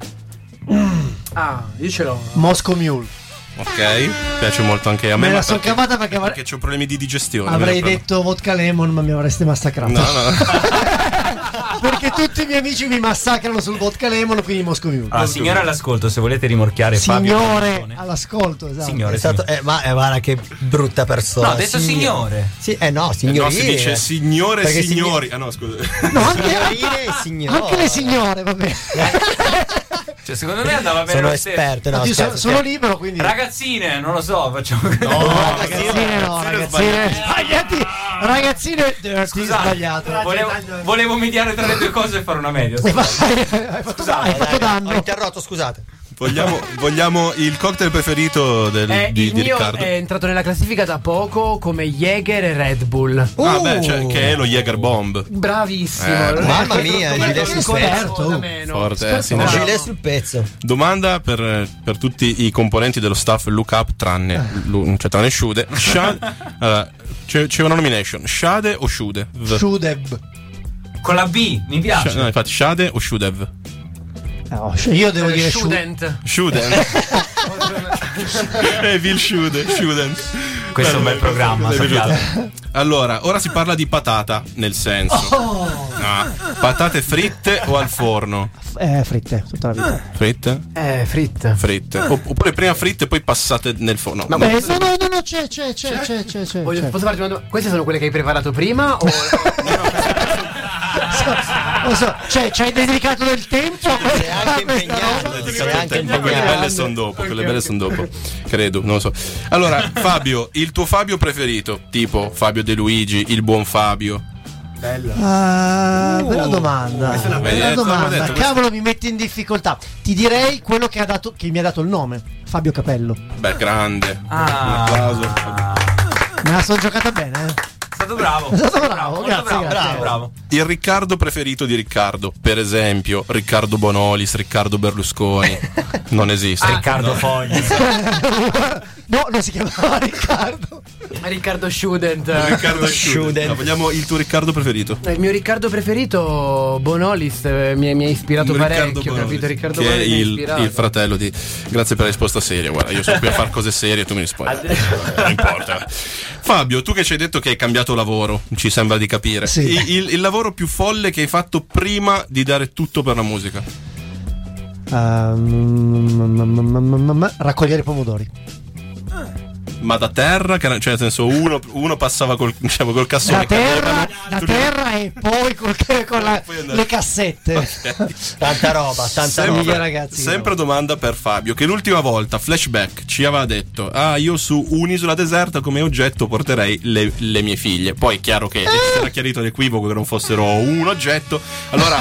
Io ce l'ho. Moscow Mule. Ok, piace molto anche a me. Me la sono cavata perché c'ho problemi di digestione. Avrei detto vodka lemon, ma mi avreste massacrato. No. Perché tutti i miei amici mi massacrano sul vodka lemon, quindi Moscow Mule. Ah, signore all'ascolto, se volete rimorchiare Fabio. Signore all'ascolto, esatto. Signore, ma guarda che brutta persona. No, ha detto signore. Sì, no, signorine. No, si dice signore e Perché signori. Ah no, scusa. No, anche le signore, va bene. Cioè, secondo me andava bene. Sono lo stesso. esperto, no, sono libero, quindi. Ragazzine, non lo so, facciamo. Ragazzine sbagliati. Ragazzine dirty, sbagliato. Volevo mediare tra le due cose e fare una media. Hai fatto danno. Ho interrotto, scusate. Vogliamo il cocktail preferito di Riccardo? È entrato nella classifica da poco come Jäger e Red Bull. Che è lo Jäger Bomb. Bravissimo. Mamma mia, il gilet sul pezzo. Forte, gilet sul pezzo. Domanda per tutti i componenti dello staff Look Up tranne Shude. C'è una nomination. Shade o Shude? Shudev. Con la B, mi piace. No, infatti, Shade o Shudev? No, io devo dire Student. Evil Student. Questo è un bel programma. Allora, ora si parla di patata, nel senso. Patate fritte o al forno? Fritte, tutta la vita. Fritte? Fritte. Oppure prima fritte e poi passate nel forno. No, c'è. Posso farti una domanda? Queste sono quelle che hai preparato prima o non so, ci hai dedicato del tempo? Sei anche impegnato. Quelle belle sono dopo. Credo, non lo so. Allora, Fabio, il tuo Fabio preferito? Tipo Fabio De Luigi, il buon Fabio. Bella domanda. Cavolo, mi metti in difficoltà. Ti direi quello che mi ha dato il nome, Fabio Capello. Beh, grande. Un applauso. Me la sono giocata bene, È stato bravo. Grazie. Bravo. Il Riccardo preferito di Riccardo, per esempio Riccardo Bonolis, Riccardo Berlusconi. Non esiste. Riccardo Fogli. No, non si chiamava Riccardo. Riccardo Student. Vogliamo il tuo Riccardo preferito? Il mio Riccardo preferito, Bonolis, mi ha ispirato parecchio, capito? Riccardo che Bonolis è il fratello di. Grazie per la risposta seria. Guarda, io sono qui a fare cose serie e tu mi rispondi. Non importa. Fabio, tu che ci hai detto che hai cambiato lavoro, ci sembra di capire. Sì. Il lavoro più folle che hai fatto prima di dare tutto per la musica? Raccogliere i pomodori. Ma da terra? Cioè, nel senso, uno passava col cassone. Da terra e poi con le cassette. Okay. Tanta roba. Ragazzi. Sempre domanda per Fabio, che l'ultima volta, flashback, ci aveva detto: io su un'isola deserta come oggetto porterei le mie figlie. Poi è chiaro che si era chiarito l'equivoco che non fossero un oggetto. Allora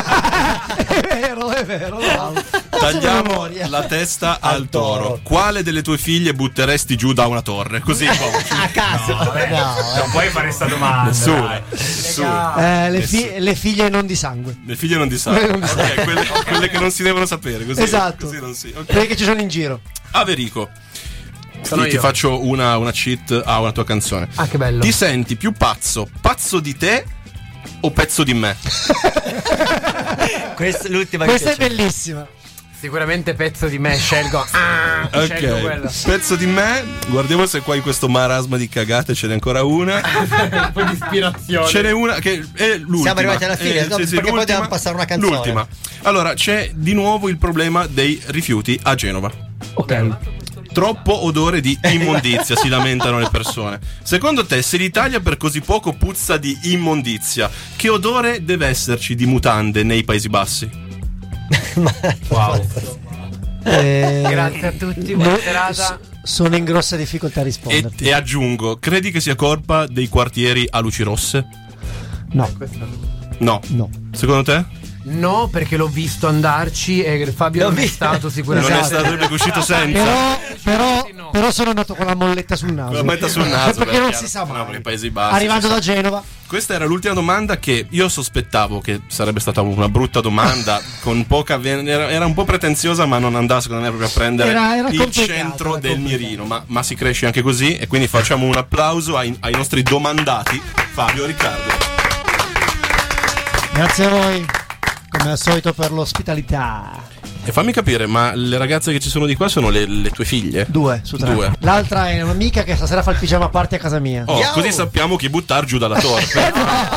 è vero. Tagliamo la testa al toro. Quale delle tue figlie butteresti giù da una torre, così a caso. Non puoi fare sta domanda. Nessuno. Le figlie non di sangue. Le figlie non di sangue. Okay, quelle che non si devono sapere, così. Esatto. Così non si. Okay. Quelle che ci sono in giro. Averico. Ti faccio una cheat a una tua canzone. Ah, che bello. Ti senti più pazzo di te o pezzo di me? Questa è bellissima. Sicuramente pezzo di me, scelgo quella. Pezzo di me. Guardiamo se qua in questo marasma di cagate ce n'è ancora una. Un po' di ispirazione. Ce n'è una che è l'ultima. Siamo arrivati alla fine, perché poi dobbiamo passare una canzone. L'ultima. Allora, c'è di nuovo il problema dei rifiuti a Genova. Ok. Troppo odore di immondizia, si lamentano le persone. Secondo te, se l'Italia per così poco puzza di immondizia, che odore deve esserci di mutande nei Paesi Bassi? Wow. Grazie a tutti, buona serata. Sono in grossa difficoltà a risponderti. E aggiungo, credi che sia colpa dei quartieri a luci rosse? No. No. Secondo te? No, perché l'ho visto andarci e Fabio non è stato sicuramente. Non è stato lui che è uscito senza. Però sono andato con la molletta sul naso. Con la molletta sul naso, perché non si sa mai. Nei Paesi Bassi. Arrivando da Genova. Questa era l'ultima domanda che io sospettavo che sarebbe stata una brutta domanda con poca era un po' pretenziosa, ma non andava secondo me proprio a prendere era il centro del mirino, ma si cresce anche così, e quindi facciamo un applauso ai nostri domandati Fabio e Riccardo. Grazie a voi, come al solito, per l'ospitalità. E fammi capire, ma le ragazze che ci sono di qua sono le tue figlie? 2 su 3. 2. L'altra è un'amica che stasera fa il pigiama party a casa mia. Così sappiamo chi buttar giù dalla torre.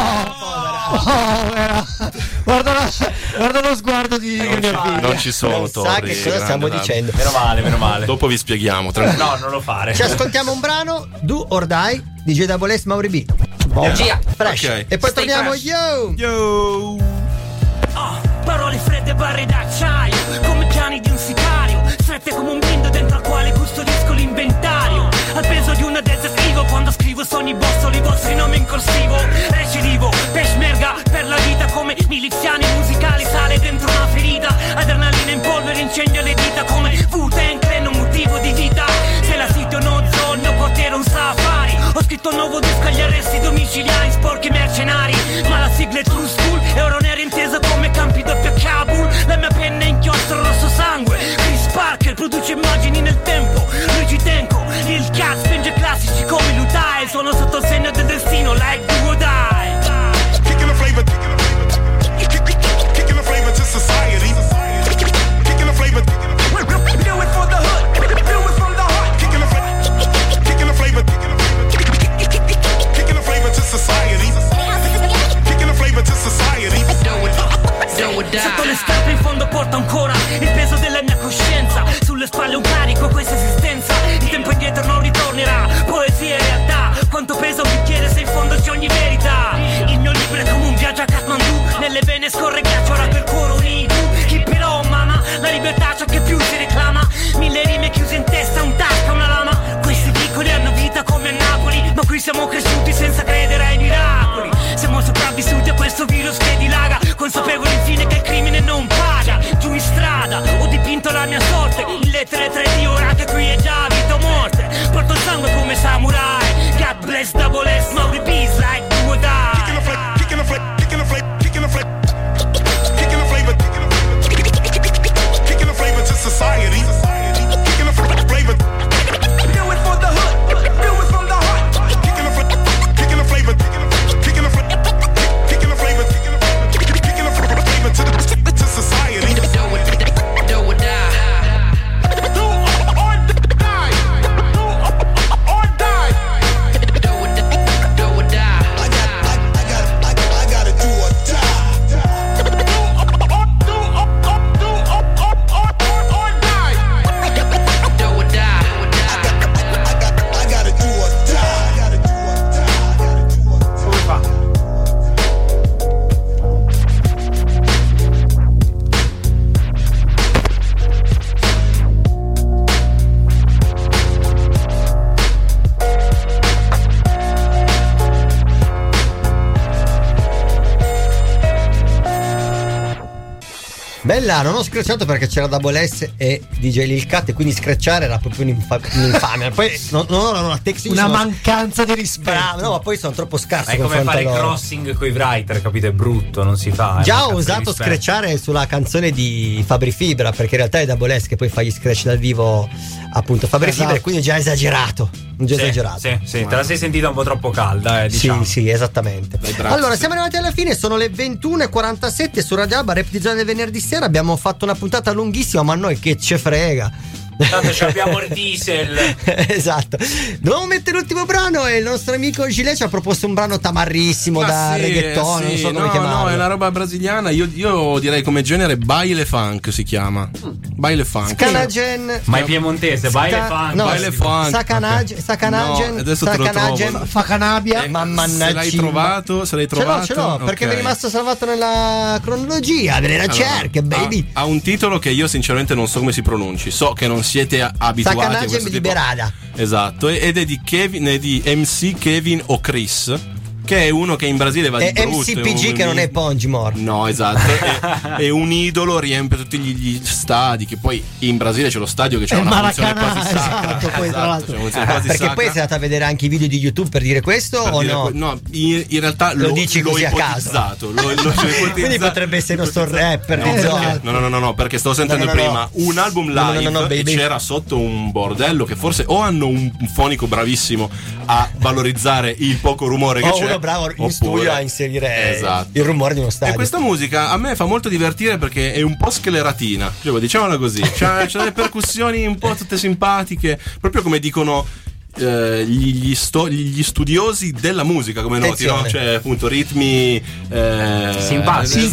Guarda lo sguardo di mia figlia. Non ci sono torri. Sa che cosa stiamo dicendo. Meno male. Dopo vi spieghiamo. No, non lo fare. Ci ascoltiamo un brano, Do or Die di JWS Mauri B. Fresh. Okay. E poi torniamo. Yo. Parole fredde, barre d'acciaio, come piani di un sicario, strette come un blindo dentro al quale custodisco l'inventario. Al peso di una dezza scrivo, quando scrivo sogni bossoli, i vostri nomi in corsivo. Recidivo, peshmerga per la vita, come miliziani musicali, sale dentro una ferita. Adrenalina in polvere, incendia le dita, come Wu-Tang, creano un motivo di vita. Se la sito no zone, quartiere un safari. Ho scritto un nuovo disco agli arresti domiciliari, sporchi mercenari. Ma la sigla è true school, e ora non era intesa come campi doppio a Kabul. La mia penna è inchiostro rosso sangue. Chris Parker produce immagini nel tempo. Luigi Tenco, il cazzo spinge classici come Lutai. Sono sotto il segno del destino, like do or die. Kicking the flavor, kicking the flavor to society. Kicking the flavor, do it for the hood, do it from the heart. Kicking the flavor, kicking the flavor, kicking Bella, non ho screcciato perché c'era Double S e DJ Lil Cat, e quindi screcciare era proprio un'infamia. Poi non ho la tecnica, una mancanza di rispetto. No, ma poi sono troppo scarso. È come fare il crossing coi writer, capito? È brutto, non si fa. Già ho usato screcciare sulla canzone di Fabri Fibra, perché in realtà è Double S che poi fa gli scratch dal vivo, appunto Fabri Fibra, e quindi è già esagerato. Sì, te la sei sentita un po' troppo calda, diciamo. Sì, esattamente. Allora, siamo arrivati alla fine, sono le 21:47 su Radio Alba, Rap di Zona del venerdì sera. Abbiamo fatto una puntata lunghissima, ma a noi che ce frega. Tanto abbiamo il diesel. Esatto. Dobbiamo mettere l'ultimo brano e il nostro amico Gilet ci ha proposto un brano tamarrissimo reggaeton, non so come chiamarlo. No, è una roba brasiliana. Io direi come genere baile funk si chiama. Baile funk. Scanagen. Ma è piemontese, baile funk. No, baile funk. Sacanagen. Adesso te lo trovo. Facanabia. Se l'hai trovato, Ce l'ho, perché mi è rimasto salvato nella cronologia delle ricerche, baby. Ha un titolo che io sinceramente non so come si pronunci. So che non siete abituati a questo tipo. Liberada. Esatto, ed è di MC Kevin o Chris, che è uno che in Brasile va di brutto. MCPG che non è Pongimor. No, esatto. È un idolo, riempie tutti gli stadi. Che poi in Brasile c'è lo stadio che c'è una funzione quasi sacra. Poi, tra l'altro. Perché poi sei andato a vedere anche i video di YouTube per dire questo o no? No, in realtà lo dici così a caso. Quindi potrebbe essere il nostro rapper di zona. No, perché stavo sentendo prima un album live e c'era sotto un bordello che forse o hanno un fonico bravissimo a valorizzare il poco rumore che c'è, bravo in studio a inserire il rumore di uno stadio. E questa musica a me fa molto divertire perché è un po' scleratina, diciamola così. C'ha delle percussioni un po' tutte simpatiche, proprio come dicono gli studiosi della musica, come noti, no? Cioè appunto ritmi simpatici.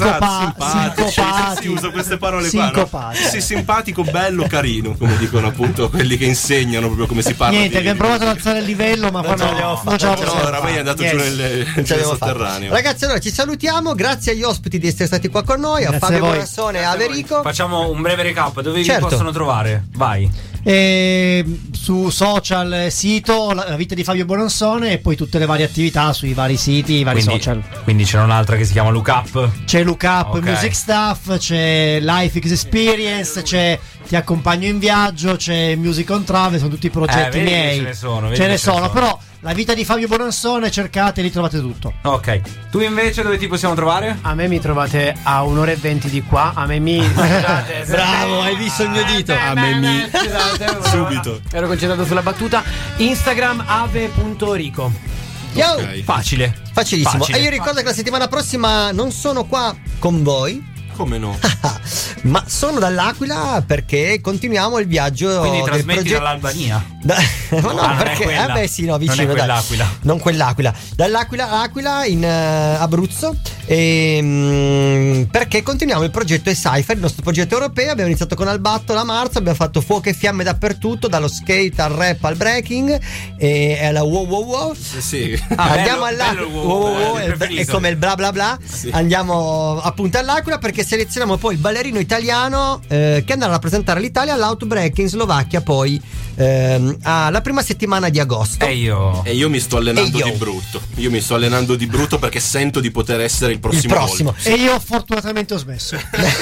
Sì, uso queste parole qua, no? Sì, simpatico, bello, carino, come dicono appunto quelli che insegnano proprio come si parla. Niente, abbiamo provato ad alzare il livello, ma non ce l'abbiamo fatto. Oramai è andato giù nel sotterraneo. Ragazzi, allora ci salutiamo, grazie agli ospiti di essere stati qua con noi, a Fabio Bonassone e a Verico. Facciamo un breve recap, dove vi possono trovare? Vai. Su social, sito La vita di Fabio Bonassone, e poi tutte le varie attività sui vari siti, i vari social. Quindi c'è un'altra che si chiama Look Up. C'è Look Up Music Stuff, c'è Life Experience, c'è Ti accompagno in viaggio, c'è Music on Travel, sono tutti progetti miei. Ce ne sono, però La vita di Fabio Bonassone, cercate, lì trovate tutto. Ok. Tu invece dove ti possiamo trovare? A me mi trovate a 1:20 di qua. A me bravo, hai visto il mio dito. A me subito. Ero concentrato sulla battuta. Instagram ave.rico. Facilissimo. E io ricordo che la settimana prossima non sono qua con voi. Come no? Ma sono dall'Aquila perché continuiamo il viaggio. Quindi trasmetti dall'Albania? Perché vicino. Non è quell'Aquila. Non quell'Aquila. Dall'Aquila Aquila in Abruzzo. Perché continuiamo il progetto E-Cypher, il nostro progetto europeo. Abbiamo iniziato con Albatto a marzo, abbiamo fatto fuoco e fiamme dappertutto, dallo skate al rap al breaking e alla wow wow wow. Sì. Andiamo all'Aquila. Wow, è come il bla bla bla. Sì. Andiamo appunto all'Aquila perché selezioniamo poi il ballerino italiano che andrà a rappresentare l'Italia all'Outbreak in Slovacchia poi alla prima settimana di agosto. E io mi sto allenando di brutto. Io mi sto allenando di brutto perché sento di poter essere il prossimo. E io fortunatamente ho smesso.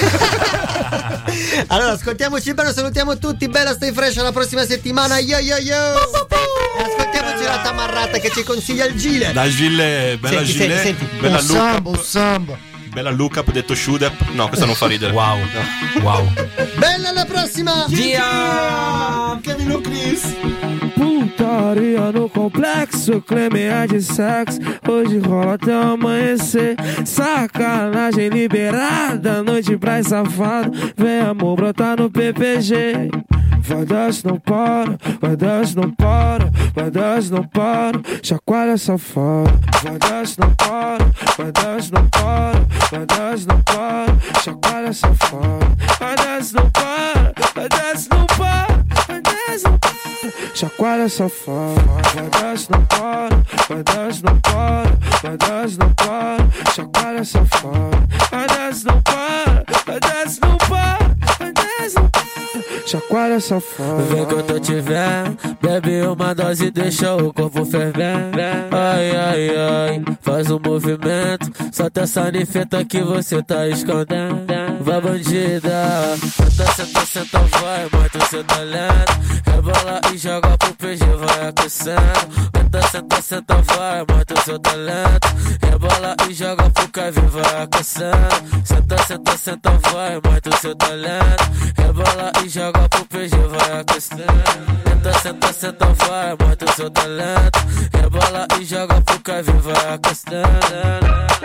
Allora ascoltiamoci il brano, salutiamo tutti, bella stay fresh, alla prossima settimana. Yo yo yo. E ascoltiamoci la tamarrata che ci consiglia il Gile. Da Gile, bella Gile. Senti. Bella Samba. Bella Look Up detto Shoot Up. No, questa non fa ridere. Wow. Bella, alla prossima. Via. Kevin o Chris. Putaria no complexo, clima de sexo. Hoje rola até amanhecer. Sacanagem liberada, noite pra safado. Vem amor brotar no PPG. Vai desce, não para, vai desce, não para, vai desce, não para, chacoalha safado. Vai desce, não para, vai desce, não para, vai desce, não para, chacoalha safado. Vai desce, não para, vai desce, não para, vai desce, não para, chacoalha safado. Vai desce, não para, vai desce, não para, vai desce, não para, chacoalha safado. Vai desce, não para, vai desce, não para, vai desce, não para, chacoalha safado. Vem que eu tô te vendo, bebe uma dose e deixa o corpo fervendo. Ai, ai, ai, faz um movimento, solta essa nifeta que você tá escondendo. vai bandida. Senta, senta, senta, vai, mostra o seu talento. Rebola e joga pro PG, vai aquecendo. Senta, senta, senta, vai, mostra o seu talento. Rebola e joga pro Kevin, vai aquecendo. Senta, senta, senta, vai, mostra o seu talento. Rebola e joga pro PG, vai aquecendo. Senta, senta, senta, vai, mostra o seu talento. Rebola e joga pro Kevin, vai aquecendo.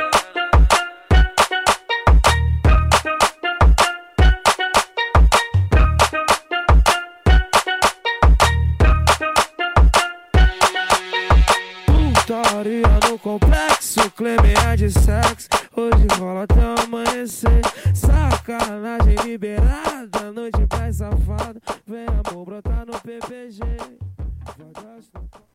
Putaria no complexo, clemeia de sexo. Hoje rola até amanhecer. Sacanagem liberada, noite mais safada. Vem amor brotar no PPG.